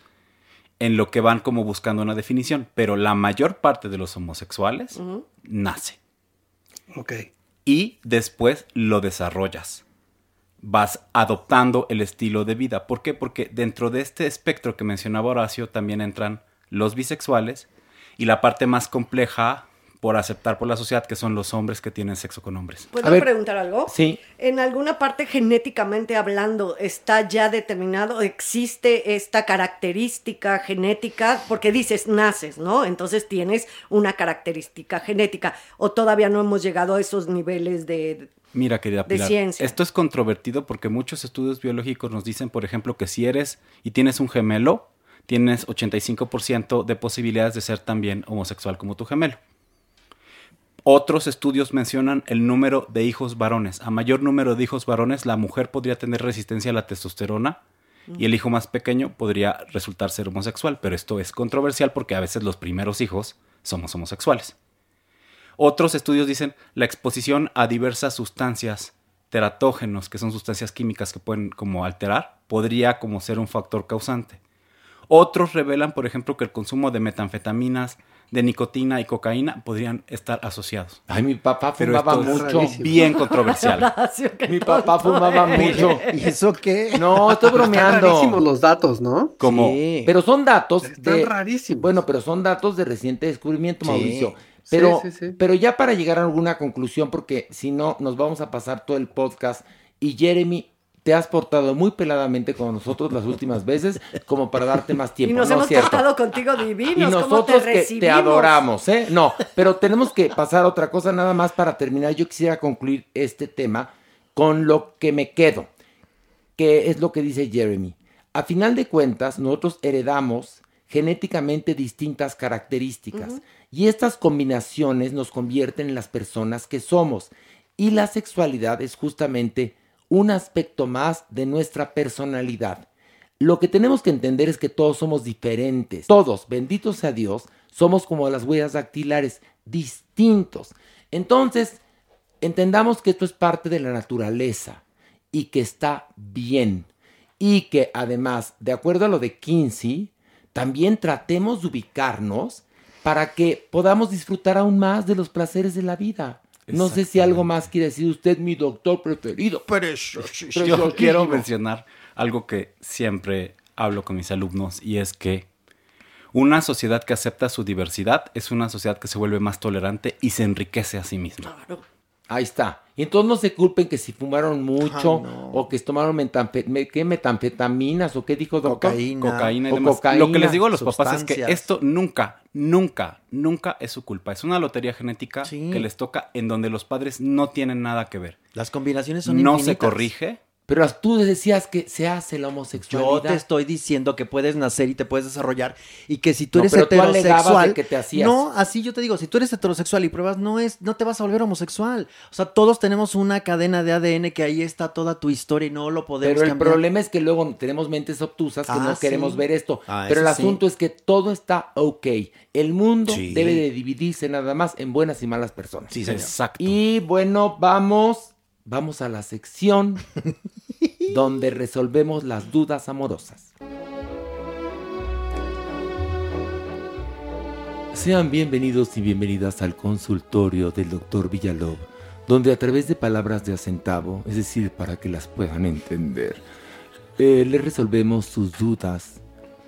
en lo que van como buscando una definición. Pero la mayor parte de los homosexuales nace. Ok. Y después lo desarrollas. Vas adoptando el estilo de vida. ¿Por qué? Porque dentro de este espectro que mencionaba Horacio también entran los bisexuales y la parte más compleja por aceptar por la sociedad, que son los hombres que tienen sexo con hombres. ¿Puedo preguntar algo? Sí. En alguna parte genéticamente hablando, ¿está ya determinado? ¿Existe esta característica genética? Porque dices, naces, ¿no? Entonces tienes una característica genética. ¿O todavía no hemos llegado a esos niveles de Mira, querida Pilar, ciencia? esto es controvertido porque muchos estudios biológicos nos dicen, por ejemplo, que si eres y tienes un gemelo, tienes 85% de posibilidades de ser también homosexual como tu gemelo. Otros estudios mencionan el número de hijos varones. A mayor número de hijos varones, la mujer podría tener resistencia a la testosterona y el hijo más pequeño podría resultar ser homosexual. Pero esto es controversial porque a veces los primeros hijos somos homosexuales. Otros estudios dicen la exposición a diversas sustancias teratógenos, que son sustancias químicas que pueden como alterar, podría como ser un factor causante. Otros revelan, por ejemplo, que el consumo de metanfetaminas, de nicotina y cocaína podrían estar asociados. Ay, mi papá Pero fumaba esto mucho. es bien controversial. Mi papá fumaba mucho. ¿Y eso qué? No, estoy bromeando. Están rarísimos los datos, ¿no? Como, Sí. Pero son datos Están rarísimos. Bueno, pero son datos de reciente descubrimiento, Sí. Mauricio. Sí, Pero, sí. pero ya para llegar a alguna conclusión, porque si no, nos vamos a pasar todo el podcast y Jeremy te has portado muy peladamente con nosotros las últimas veces, como para darte más tiempo. Y nos ¿no hemos es cierto? portado contigo divinos. Y ¿Cómo nosotros te que recibimos? te adoramos, ¿eh? No, pero tenemos que pasar a otra cosa nada más para terminar. Yo quisiera concluir este tema con lo que me quedo, que es lo que dice Jeremy. A final de cuentas, nosotros heredamos genéticamente distintas características y estas combinaciones nos convierten en las personas que somos. Y la sexualidad es justamente un aspecto más de nuestra personalidad. Lo que tenemos que entender es que todos somos diferentes. Todos, bendito sea Dios, somos como las huellas dactilares, distintos. Entonces, entendamos que esto es parte de la naturaleza y que está bien. Y que además, de acuerdo a lo de Kinsey, también tratemos de ubicarnos para que podamos disfrutar aún más de los placeres de la vida. No sé si algo más quiere decir usted, mi doctor preferido. Yo quiero mencionar algo que siempre hablo con mis alumnos y es que una sociedad que acepta su diversidad es una sociedad que se vuelve más tolerante y se enriquece a sí misma. Claro. Ahí está. Y entonces no se culpen que si fumaron mucho o que tomaron metanfetaminas o qué dijo doctor. Cocaína y o demás. cocaína, Lo que les digo a los papás es que sustancias. esto nunca es su culpa. Es una lotería genética que les toca en donde los padres no tienen nada que ver. Las combinaciones son No infinitas. se corrige. Pero tú decías que se hace la homosexualidad. Yo te estoy diciendo que puedes nacer y te puedes desarrollar y que si tú eres pero tú alegabas heterosexual, de que te hacías. no, así yo te digo, si tú eres heterosexual y pruebas no te vas a volver homosexual. O sea, todos tenemos una cadena de ADN que ahí está toda tu historia y no lo podemos Pero el cambiar. problema es que luego tenemos mentes obtusas que no queremos sí. ver esto. Ah, pero el eso sí. asunto es que todo está ok. El mundo Sí. debe de dividirse nada más en buenas y malas personas. Sí, señor. Exacto. Y bueno, vamos a la sección donde resolvemos las dudas amorosas. Sean bienvenidos y bienvenidas al consultorio del Dr. Villalobos, donde a través de palabras de a centavo, es decir, para que las puedan entender, le resolvemos sus dudas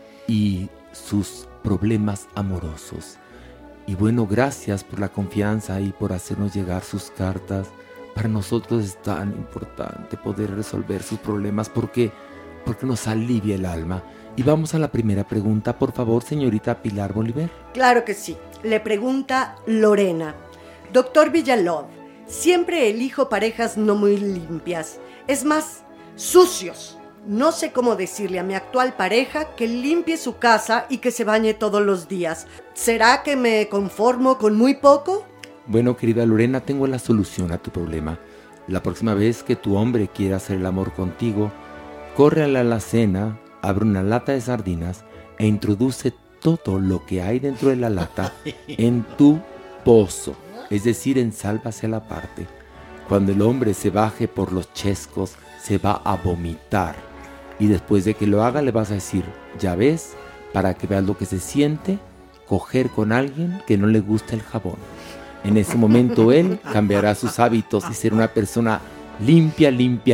y sus problemas amorosos. Y bueno, gracias por la confianza y por hacernos llegar sus cartas. Para nosotros es tan importante poder resolver sus problemas porque nos alivia el alma. Y vamos a la primera pregunta, por favor, señorita Pilar Bolívar. Claro que sí. Le pregunta Lorena. Doctor Villalobos, siempre elijo parejas no muy limpias. Es más, sucios. No sé cómo decirle a mi actual pareja que limpie su casa y que se bañe todos los días. ¿Será que me conformo con muy poco? Bueno, querida Lorena, tengo la solución a tu problema. La próxima vez que tu hombre quiera hacer el amor contigo, corre a la alacena, abre una lata de sardinas e introduce todo lo que hay dentro de la lata en tu pozo, es decir, en sálvase a la parte. Cuando el hombre se baje por los chescos, se va a vomitar. Y después de que lo haga, le vas a decir, ya ves, para que veas lo que se siente, coger con alguien que no le gusta el jabón. En ese momento él cambiará sus hábitos y será una persona limpia,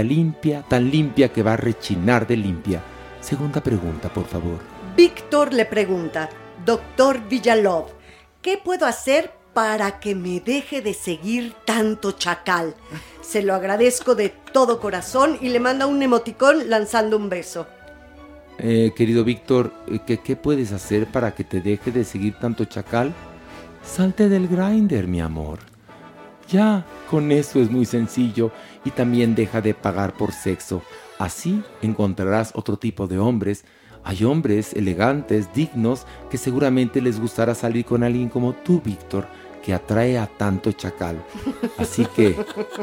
tan limpia que va a rechinar de limpia. Segunda pregunta, por favor. Víctor le pregunta, Doctor Villalobos, ¿qué puedo hacer para que me deje de seguir tanto chacal? Se lo agradezco de todo corazón y le manda un emoticón lanzando un beso. Querido Víctor, ¿qué puedes hacer para que te deje de seguir tanto chacal? Salte del Grindr, mi amor. Ya, con eso es muy sencillo. Y también deja de pagar por sexo. Así encontrarás otro tipo de hombres. Hay hombres elegantes, dignos, que seguramente les gustará salir con alguien como tú, Víctor, que atrae a tanto chacal. Así que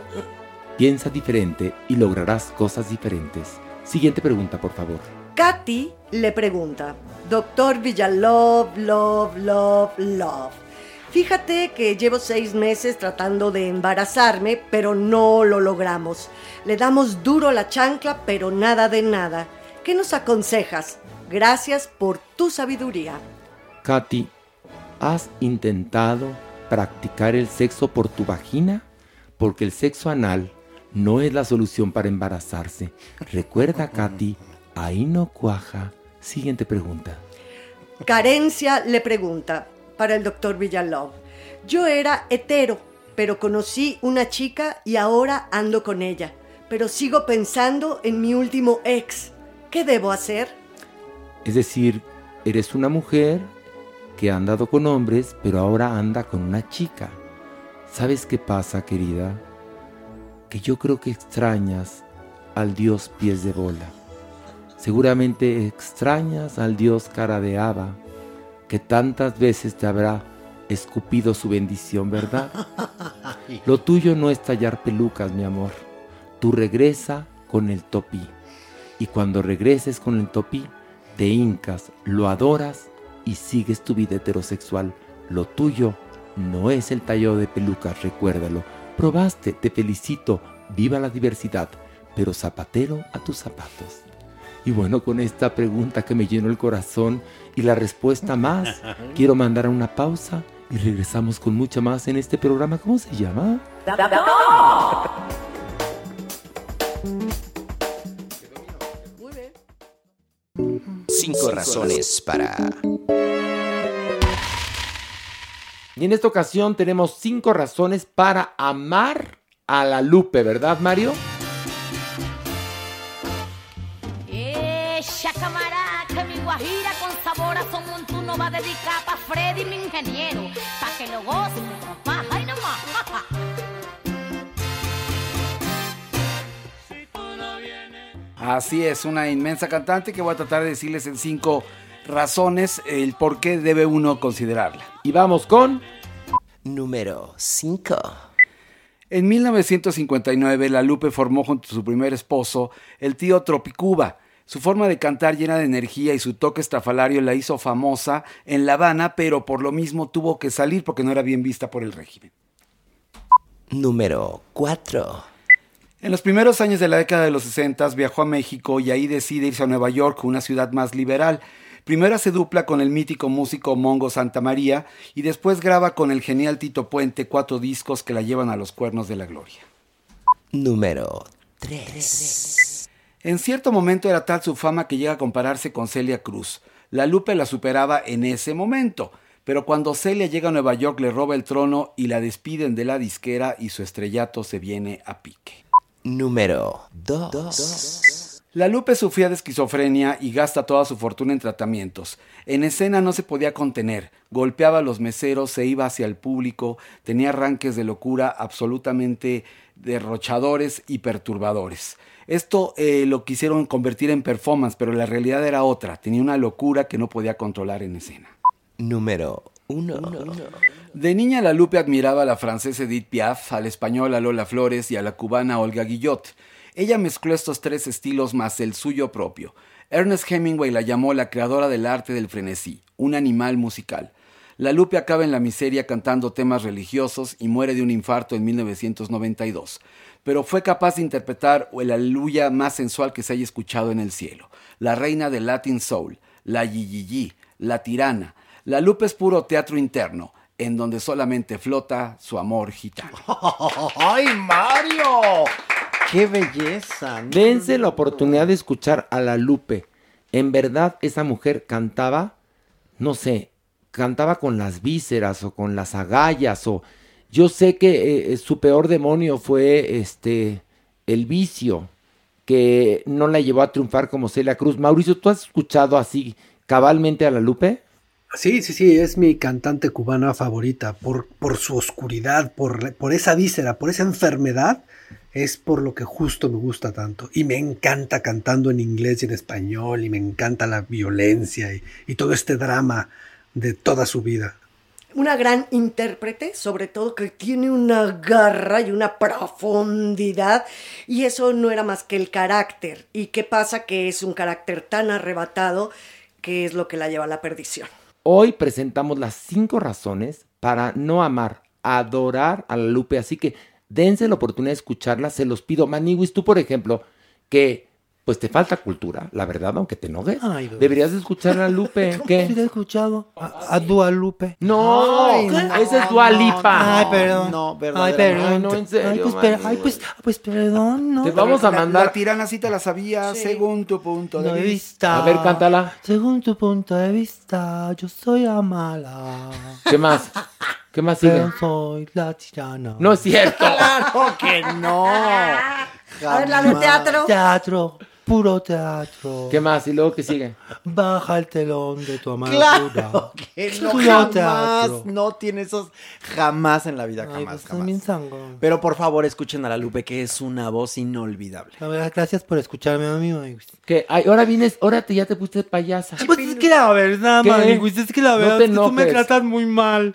piensa diferente y lograrás cosas diferentes. Siguiente pregunta, por favor. Katy le pregunta, Doctor Villalobos, love. Fíjate que llevo 6 meses tratando de embarazarme, pero no lo logramos. Le damos duro a la chancla, pero nada de nada. ¿Qué nos aconsejas? Gracias por tu sabiduría. Katy, ¿has intentado practicar el sexo por tu vagina? Porque el sexo anal no es la solución para embarazarse. Recuerda, Katy, ahí no cuaja. Siguiente pregunta. Carencia le pregunta, para el doctor Villalobos, yo era hetero, pero conocí una chica y ahora ando con ella. pero sigo pensando en mi último ex. ¿Qué debo hacer? Es decir, eres una mujer que ha andado con hombres, pero ahora anda con una chica. ¿Sabes qué pasa, querida? Que yo creo que extrañas al Dios pies de bola. Seguramente extrañas al Dios cara de haba, que tantas veces te habrá escupido su bendición, ¿verdad? Lo tuyo no es tallar pelucas, mi amor. Tú regresa con el topí. Y cuando regreses con el topí, te hincas, lo adoras y sigues tu vida heterosexual. Lo tuyo no es el tallado de pelucas, recuérdalo. Probaste, te felicito, viva la diversidad, pero zapatero a tus zapatos. Y bueno, con esta pregunta que me llenó el corazón y la respuesta más, quiero mandar a una pausa y regresamos con mucha más en este programa. ¿Cómo se llama? 5 razones para... Y en esta ocasión tenemos 5 razones para amar a la Lupe, ¿verdad, Mario? Camarada, que mi guajira con sabor a son montuno va a dedicar pa' Freddy, mi ingeniero, pa' que lo goce, me trompa, ay nomás. Así es, una inmensa cantante que voy a tratar de decirles en 5 razones el por qué debe uno considerarla. Y vamos con... Número 5. En 1959, la Lupe formó junto a su primer esposo, el tío Tropicuba. Su forma de cantar llena de energía y su toque estrafalario la hizo famosa en La Habana, pero por lo mismo tuvo que salir porque no era bien vista por el régimen. Número 4. En los primeros años de la década de los 60 viajó a México y ahí decide irse a Nueva York, una ciudad más liberal. Primero hace dupla con el mítico músico Mongo Santamaría y después graba con el genial Tito Puente 4 discos que la llevan a los cuernos de la gloria. Número 3. En cierto momento era tal su fama que llega a compararse con Celia Cruz. La Lupe la superaba en ese momento, pero cuando Celia llega a Nueva York le roba el trono y la despiden de la disquera y su estrellato se viene a pique. Número 2. La Lupe sufría de esquizofrenia y gasta toda su fortuna en tratamientos. En escena no se podía contener, golpeaba a los meseros, se iba hacia el público, tenía arranques de locura absolutamente derrochadores y perturbadores. Esto lo quisieron convertir en performance, pero la realidad era otra. Tenía una locura que no podía controlar en escena. Número 1. De niña, la Lupe admiraba a la francesa Edith Piaf, a la española Lola Flores y a la cubana Olga Guillot. Ella mezcló estos 3 estilos más el suyo propio. Ernest Hemingway la llamó la creadora del arte del frenesí, un animal musical. La Lupe acaba en la miseria cantando temas religiosos y muere de un infarto en 1992. Pero fue capaz de interpretar el aleluya más sensual que se haya escuchado en el cielo. La reina del Latin Soul, la Yiyiyí, la tirana. La Lupe es puro teatro interno, en donde solamente flota su amor gitano. ¡Ay, Mario! ¡Qué belleza! Dense la oportunidad de escuchar a la Lupe. En verdad, esa mujer cantaba, no sé, cantaba con las vísceras o con las agallas o... Yo sé que su peor demonio fue el vicio, que no la llevó a triunfar como Celia Cruz. Mauricio, ¿tú has escuchado así cabalmente a la Lupe? Sí, es mi cantante cubana favorita, por su oscuridad, por esa víscera, por esa enfermedad, es por lo que justo me gusta tanto. Y me encanta cantando en inglés y en español, y me encanta la violencia y todo este drama de toda su vida. Una gran intérprete, sobre todo que tiene una garra y una profundidad, y eso no era más que el carácter. ¿Y qué pasa? Que es un carácter tan arrebatado que es lo que la lleva a la perdición. Hoy presentamos las 5 razones para no amar, adorar a la Lupe, así que dense la oportunidad de escucharla, se los pido. Maniwis, tú por ejemplo, que pues te falta cultura, la verdad, aunque te enojes. Ay, deberías de escuchar a Lupe. ¿Qué? ¿Sí te he escuchado? ¿A Dua Lupe? No, ay, esa es Dua Lipa. Ay, perdón. No, ay, perdón. Ay, no, en serio. Pues perdón, no. Te vamos a mandar. La tirana sí te la sabía, sí. Según tu punto de vista. A ver, cántala. Según tu punto de vista, yo soy amala. ¿Qué más? ¿Qué más sigue? Pero soy la tirana. No es cierto. ¡Claro que no! A ver, la de teatro. Teatro, puro teatro. ¿Qué más? ¿Y luego qué sigue? Baja el telón de tu amargura. Claro que no, Puro jamás, teatro. no tiene esos, jamás en la vida, Ay, jamás, pues, jamás. también sangrón. Pero por favor, escuchen a la Lupe, que es una voz inolvidable. A ver, gracias por escucharme, amigo. ¿Qué? Ay, ya te pusiste payasa. Pues es que la verdad, ¿Qué? Maniguis, es que la No verdad te es que tú me enojes. tratas muy mal.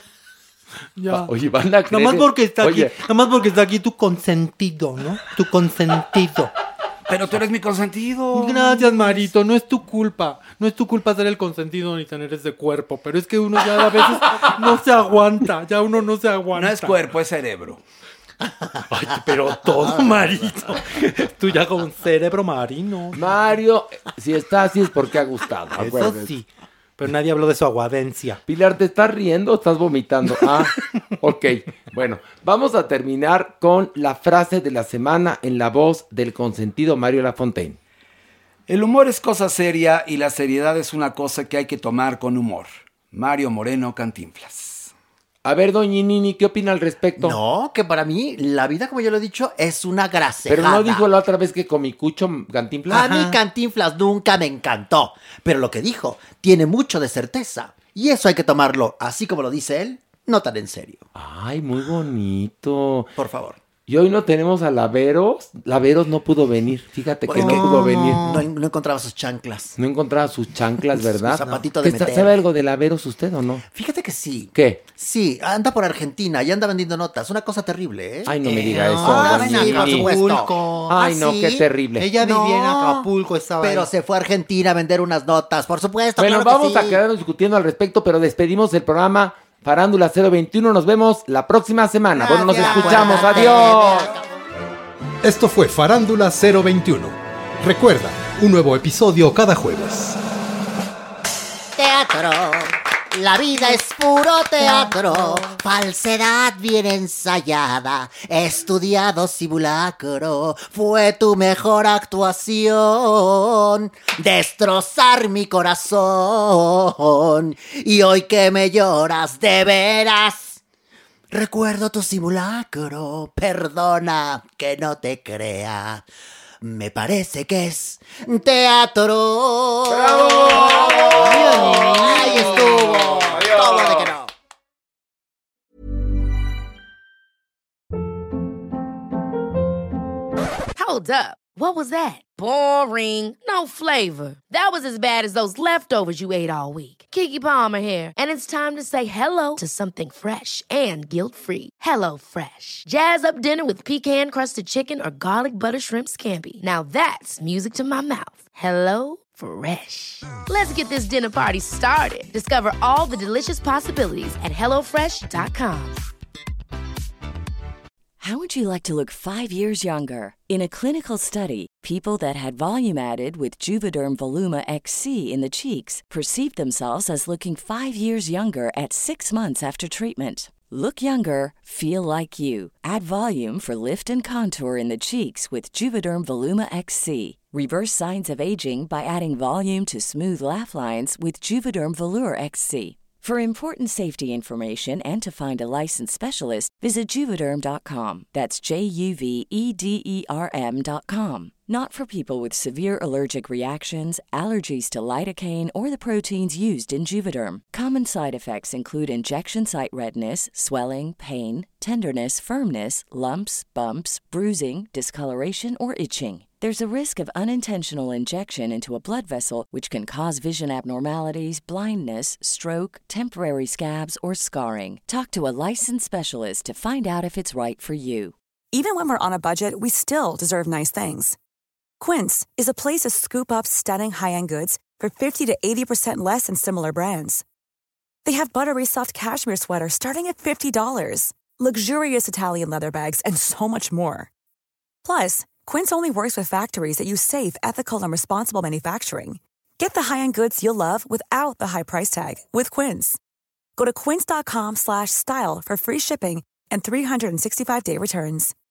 Ya. Oye, van a creer... Nada más porque está Oye, aquí, nada más porque está aquí tu consentido, ¿no? Tu consentido. Pero tú eres mi consentido. Gracias, Marito, no es tu culpa. No es tu culpa ser el consentido ni tener ese cuerpo, pero es que uno ya a veces no se aguanta, ya uno no se aguanta. No es cuerpo, es cerebro. Ay, pero todo, Marito. Tú ya con cerebro marino. Mario, si está así es porque ha gustado. Eso acuérdate. sí. Pero nadie habló de su aguadencia. Pilar, ¿te estás riendo o estás vomitando? Ah, ok. Bueno, vamos a terminar con la frase de la semana en la voz del consentido Mario Lafontaine. El humor es cosa seria y la seriedad es una cosa que hay que tomar con humor. Mario Moreno Cantinflas. A ver, doña Nini, ¿qué opina al respecto? No, que para mí la vida, como yo lo he dicho, es una grasejada. Pero no dijo la otra vez que Comicucho Cantinflas. A mí Cantinflas nunca me encantó, pero lo que dijo tiene mucho de certeza. Y eso hay que tomarlo, así como lo dice él, no tan en serio. Ay, muy bonito. Por favor. Y hoy no tenemos a Laveros. Laveros no pudo venir. Fíjate que no pudo venir. No encontraba sus chanclas. No encontraba sus chanclas, ¿verdad? Su zapatito de meter. ¿Sabe algo de Laveros usted o no? Fíjate que sí. ¿Qué? Sí, anda por Argentina y anda vendiendo notas. Una cosa terrible, ¿eh? Ay, no me diga eso. Ah, doña sí, por Nini. supuesto. Ay, ¿Ah, no, sí? qué terrible. Ella vivía en Acapulco, estaba Pero ahí. se fue a Argentina a vender unas notas, por supuesto. Bueno, claro que vamos sí. a quedarnos discutiendo al respecto, pero despedimos el programa Farándula 021. Nos vemos la próxima semana. Bueno, nos escuchamos. Adiós. Esto fue Farándula 021. Recuerda, un nuevo episodio cada jueves. Teatro, la vida es puro teatro, falsedad bien ensayada, estudiado simulacro, fue tu mejor actuación, destrozar mi corazón, y hoy que me lloras de veras, recuerdo tu simulacro, perdona que no te crea. Me parece que es teatro. ¡Bravo! ¡Ahí estuvo! Todo de que no. Hold up. What was that? Boring. No flavor. That was as bad as those leftovers you ate all week. Keke Palmer here, and it's time to say hello to something fresh and guilt-free. Hello Fresh. Jazz up dinner with pecan-crusted chicken or garlic butter shrimp scampi. Now that's music to my mouth. Hello Fresh. Let's get this dinner party started. Discover all the delicious possibilities at hellofresh.com. How would you like to look 5 years younger? In a clinical study, people that had volume added with Juvederm Voluma XC in the cheeks perceived themselves as looking 5 years younger at 6 months after treatment. Look younger, feel like you. Add volume for lift and contour in the cheeks with Juvederm Voluma XC. Reverse signs of aging by adding volume to smooth laugh lines with Juvederm Volure XC. For important safety information and to find a licensed specialist, visit Juvederm.com. That's JUVEDERM.com. Not for people with severe allergic reactions, allergies to lidocaine, or the proteins used in Juvederm. Common side effects include injection site redness, swelling, pain, tenderness, firmness, lumps, bumps, bruising, discoloration, or itching. There's a risk of unintentional injection into a blood vessel, which can cause vision abnormalities, blindness, stroke, temporary scabs, or scarring. Talk to a licensed specialist to find out if it's right for you. Even when we're on a budget, we still deserve nice things. Quince is a place to scoop up stunning high-end goods for 50 to 80% less than similar brands. They have buttery soft cashmere sweaters starting at $50, luxurious Italian leather bags, and so much more. Plus, Quince only works with factories that use safe, ethical, and responsible manufacturing. Get the high-end goods you'll love without the high price tag with Quince. Go to quince.com/style for free shipping and 365-day returns.